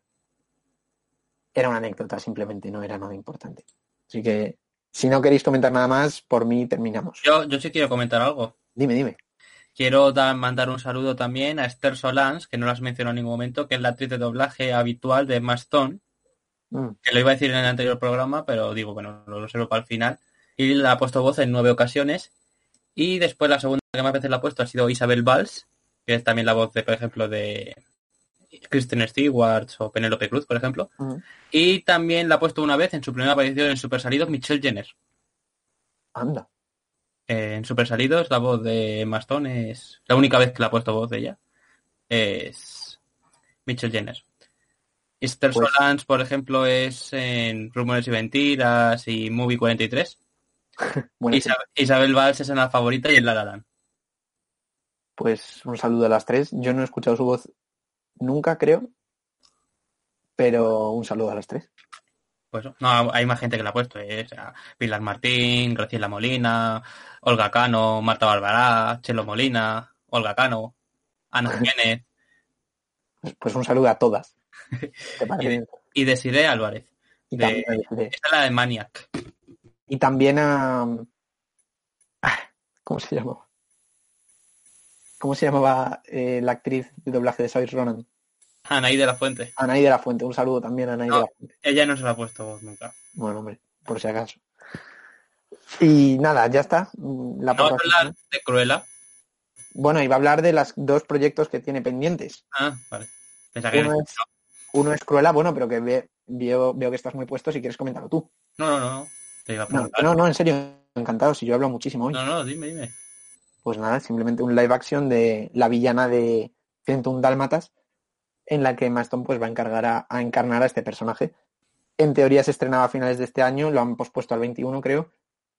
era una anécdota simplemente, no era nada importante. Así que si no queréis comentar nada más, por mí terminamos. Yo sí quiero comentar algo. Dime. Quiero mandar un saludo también a Esther Solans, que no las mencionó en ningún momento, que es la actriz de doblaje habitual de Emma Stone, que lo iba a decir en el anterior programa, pero digo, bueno, lo reservo para el final. Y la ha puesto voz en 9 ocasiones. Y después la segunda que más veces la ha puesto ha sido Isabel Valls, que es también la voz de, por ejemplo, de Kristen Stewart o Penélope Cruz, por ejemplo. Y también la ha puesto una vez en su primera aparición en Super Salidos, Michelle Jenner. Anda. En Super Salidos la voz de Emma Stone es... La única vez que la ha puesto voz de ella es Michelle Jenner. Esther Solans, por ejemplo, es en Rumores y Mentiras y Movie 43. Bueno, Isabel Valls es en La Favorita y en La La Land. Pues un saludo a las tres. Yo no he escuchado su voz nunca, creo, pero un saludo a las tres. Pues no, hay más gente que la ha puesto. Pilar Martín, Graciela Molina, Olga Cano, Marta Barberá, Chelo Molina, Olga Cano, Ana Jiménez. Pues un saludo a todas. ¿Te parece? Y Desiree Álvarez. Esta es la de Maniac. Y también a... ¿Cómo se llamaba? ¿Cómo se llamaba la actriz de doblaje de Saoirse Ronan? Anaí de la Fuente. Anaí de la Fuente. Un saludo también a Anaí de la Fuente. Ella no se la ha puesto voz nunca. Bueno, hombre, por si acaso. Y nada, ya está. ¿No vas a hablar de Cruella? Bueno, iba a hablar de los dos proyectos que tiene pendientes. Vale. Uno es Cruella, bueno, pero que veo que estás muy puesto, si quieres comentarlo tú. No. Te iba a preguntar. No, en serio, encantado, si yo he hablado muchísimo hoy. No, dime. Pues nada, simplemente un live action de la villana de 101 Dálmatas, en la que Emma Stone pues, va a encarnar a este personaje. En teoría se estrenaba a finales de este año, lo han pospuesto al 21, creo,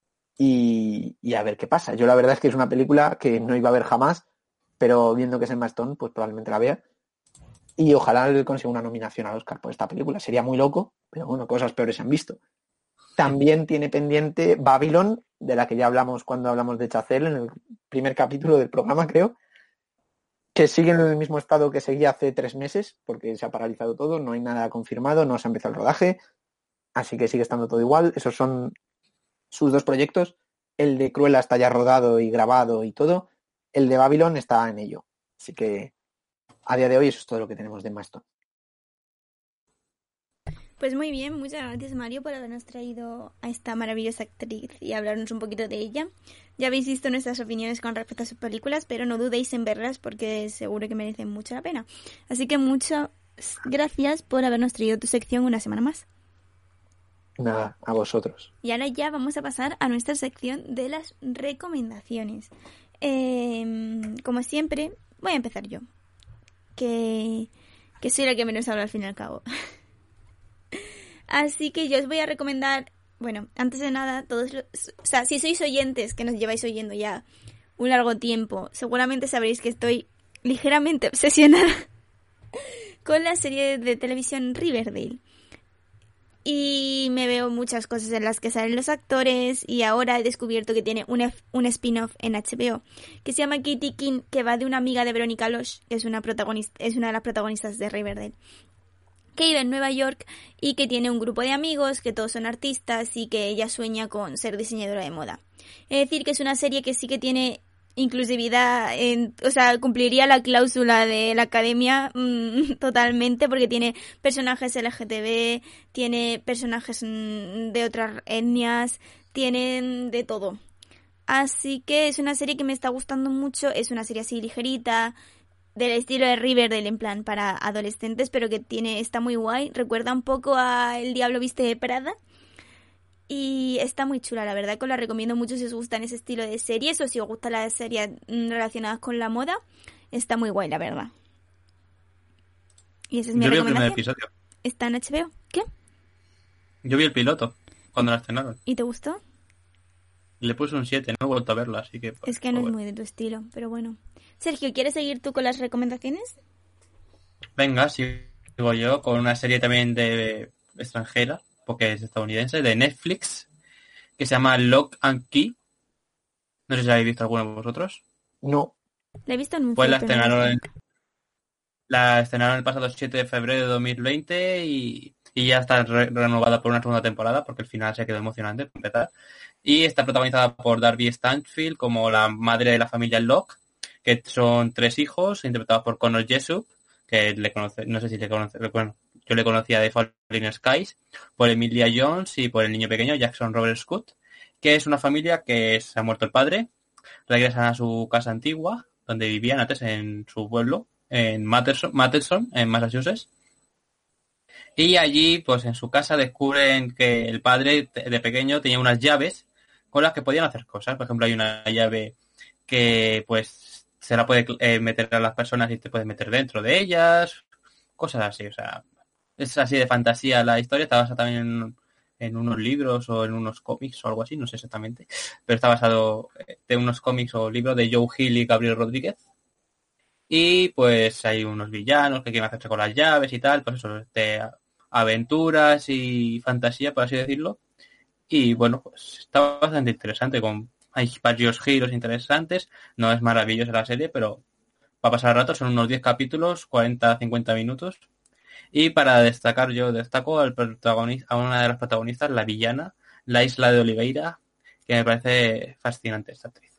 y a ver qué pasa. Yo la verdad es que es una película que no iba a ver jamás, pero viendo que es Emma Stone, pues probablemente la vea. Y ojalá le consiga una nominación al Oscar por esta película. Sería muy loco, pero bueno, cosas peores se han visto. También tiene pendiente Babylon, de la que ya hablamos cuando hablamos de Chazelle, en el primer capítulo del programa, creo, que sigue en el mismo estado que seguía hace 3 meses, porque se ha paralizado todo, no hay nada confirmado, no se ha empezado el rodaje, así que sigue estando todo igual. Esos son sus dos proyectos. El de Cruella está ya rodado y grabado y todo. El de Babylon está en ello. Así que a día de hoy eso es todo lo que tenemos de Emma Stone. Pues muy bien, muchas gracias Mario por habernos traído a esta maravillosa actriz y hablarnos un poquito de ella. Ya habéis visto nuestras opiniones con respecto a sus películas, pero no dudéis en verlas porque seguro que merecen mucho la pena. Así que muchas gracias por habernos traído tu sección una semana más. Nada, a vosotros. Y ahora ya vamos a pasar a nuestra sección de las recomendaciones. Como siempre, voy a empezar yo, que soy la que menos habla al fin y al cabo. Así que yo os voy a recomendar, bueno, antes de nada, si sois oyentes que nos lleváis oyendo ya un largo tiempo, seguramente sabréis que estoy ligeramente obsesionada con la serie de televisión Riverdale. Y me veo muchas cosas en las que salen los actores y ahora he descubierto que tiene un spin-off en HBO que se llama Katie King, que va de una amiga de Verónica Losh, que es una de las protagonistas de Riverdale, que vive en Nueva York y que tiene un grupo de amigos, que todos son artistas y que ella sueña con ser diseñadora de moda. Es decir, que es una serie que sí que tiene inclusividad, o sea, cumpliría la cláusula de la academia totalmente, porque tiene personajes LGTB, tiene personajes de otras etnias, tienen de todo. Así que es una serie que me está gustando mucho, es una serie así ligerita, del estilo de Riverdale, en plan para adolescentes, pero que está muy guay. Recuerda un poco a El Diablo Viste de Prada. Y está muy chula, la verdad, que os la recomiendo mucho si os gustan ese estilo de series o si os gustan las series relacionadas con la moda. Está muy guay, la verdad. Y esa es mi Yo vi el recomendación. primer episodio. ¿Está en HBO? ¿Qué? Yo vi el piloto cuando la estrenaron. ¿Y te gustó? Le puse un 7, no he vuelto a verla, así que... Es que no es muy de tu estilo, pero bueno. Sergio, ¿quieres seguir tú con las recomendaciones? Venga, sigo yo con una serie también de extranjera, porque es estadounidense, de Netflix, que se llama Lock and Key. No sé si la habéis visto alguno de vosotros. No. La he visto en un Pues la estrenaron el pasado 7 de febrero de 2020 y ya está renovada por una segunda temporada, porque el final se quedó emocionante, para empezar. Y está protagonizada por Darby Stanfield como la madre de la familia Locke, que son 3 hijos, interpretados por Connor Jessup, que le conoce, no sé si le conoce, bueno, yo le conocía de Falling Skies, por Emilia Jones y por el niño pequeño Jackson Robert Scott, que es una familia que se ha muerto el padre, regresan a su casa antigua, donde vivían antes en su pueblo, en Matteson, en Massachusetts. Y allí, pues en su casa descubren que el padre de pequeño tenía unas llaves con las que podían hacer cosas. Por ejemplo, hay una llave que pues se la puede meter a las personas y te puedes meter dentro de ellas, cosas así. O sea, es así de fantasía la historia. Está basada también en unos libros o en unos cómics o algo así, no sé exactamente. Pero está basado en unos cómics o libros de Joe Hill y Gabriel Rodríguez. Y pues hay unos villanos que quieren hacerse con las llaves y tal, pues eso, de aventuras y fantasía, por así decirlo. Y bueno, pues está bastante interesante, hay varios giros interesantes, no es maravillosa la serie, pero va a pasar rato, son unos 10 capítulos, 40-50 minutos. Y para destacar, yo destaco a una de las protagonistas, la villana, la Isla de Oliveira, que me parece fascinante esta actriz.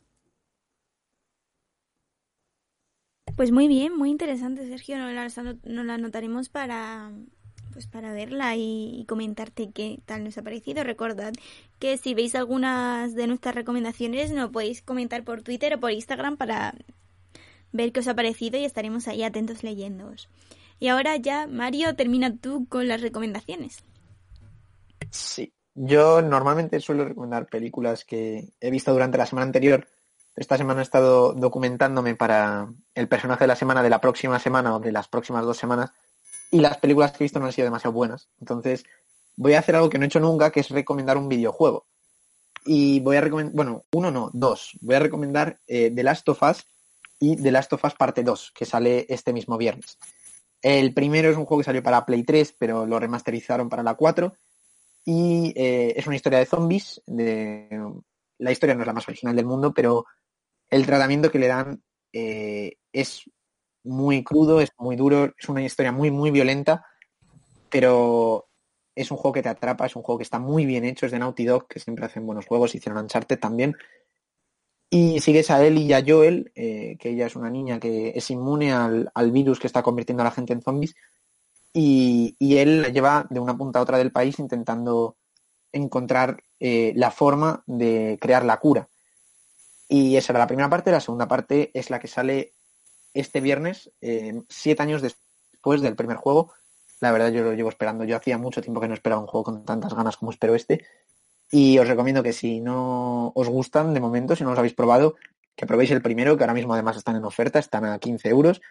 Pues muy bien, muy interesante, Sergio. Nos la anotaremos para verla y comentarte qué tal nos ha parecido. Recordad que si veis algunas de nuestras recomendaciones nos podéis comentar por Twitter o por Instagram para ver qué os ha parecido y estaremos ahí atentos leyéndoos. Y ahora ya, Mario, termina tú con las recomendaciones. Sí. Yo normalmente suelo recomendar películas que he visto durante la semana anterior. Esta semana he estado documentándome para el personaje de la semana de la próxima semana o de las próximas 2 semanas y las películas que he visto no han sido demasiado buenas. Entonces voy a hacer algo que no he hecho nunca, que es recomendar un videojuego. Y voy a recomendar, bueno, uno no, 2. Voy a recomendar The Last of Us y The Last of Us Parte 2, que sale este mismo viernes. El primero es un juego que salió para Play 3, pero lo remasterizaron para la 4. Y es una historia de zombies. La historia no es la más original del mundo, pero el tratamiento que le dan es muy crudo, es muy duro, es una historia muy, muy violenta, pero es un juego que te atrapa, es un juego que está muy bien hecho, es de Naughty Dog, que siempre hacen buenos juegos, hicieron Uncharted también. Y sigues a Ellie y a Joel, que ella es una niña que es inmune al virus que está convirtiendo a la gente en zombies, y él la lleva de una punta a otra del país intentando encontrar la forma de crear la cura. Y esa era la primera parte. La segunda parte es la que sale este viernes, 7 años después del primer juego. La verdad yo lo llevo esperando. Yo hacía mucho tiempo que no esperaba un juego con tantas ganas como espero este. Y os recomiendo que si no os gustan, de momento, si no los habéis probado, que probéis el primero, que ahora mismo además están en oferta, están a 15 euros.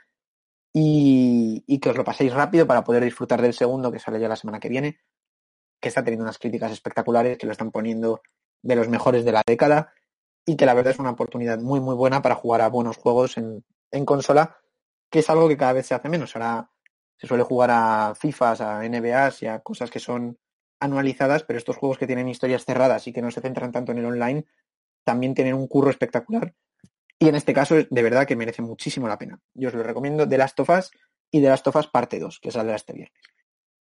Y que os lo paséis rápido para poder disfrutar del segundo, que sale ya la semana que viene, que está teniendo unas críticas espectaculares, que lo están poniendo de los mejores de la década y que la verdad es una oportunidad muy muy buena para jugar a buenos juegos en consola, que es algo que cada vez se hace menos. Ahora se suele jugar a FIFAs, a NBAs y a cosas que son anualizadas, pero estos juegos que tienen historias cerradas y que no se centran tanto en el online también tienen un curro espectacular y en este caso de verdad que merece muchísimo la pena. Yo os lo recomiendo, The Last of Us y The Last of Us Parte 2, que saldrá este viernes.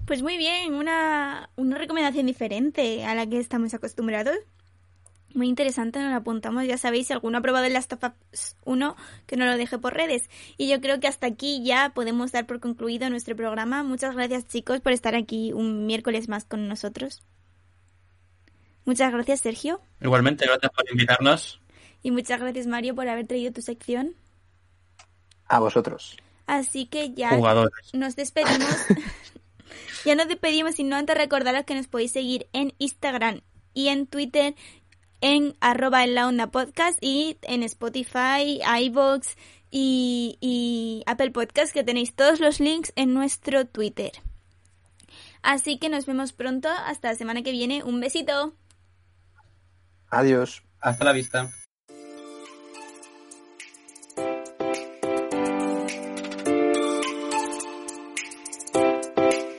Pues muy bien, una recomendación diferente a la que estamos acostumbrados. Muy interesante, nos la apuntamos. Ya sabéis, si alguno ha probado el Last of Us 1, que no lo deje por redes. Y yo creo que hasta aquí ya podemos dar por concluido nuestro programa. Muchas gracias, chicos, por estar aquí un miércoles más con nosotros. Muchas gracias, Sergio. Igualmente, gracias por invitarnos. Y muchas gracias, Mario, por haber traído tu sección. A vosotros. Así que ya Jugadores. nos despedimos. Ya nos despedimos, y no antes recordaros que nos podéis seguir en Instagram y en Twitter en @enlaondapodcast y en Spotify, iVoox y Apple Podcast, que tenéis todos los links en nuestro Twitter. Así que nos vemos pronto. Hasta la semana que viene. Un besito. Adiós. Hasta la vista.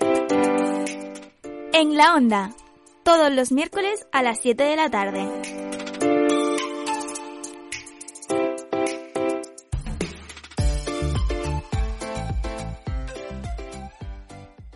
En la Onda, todos los miércoles a las 7 de la tarde.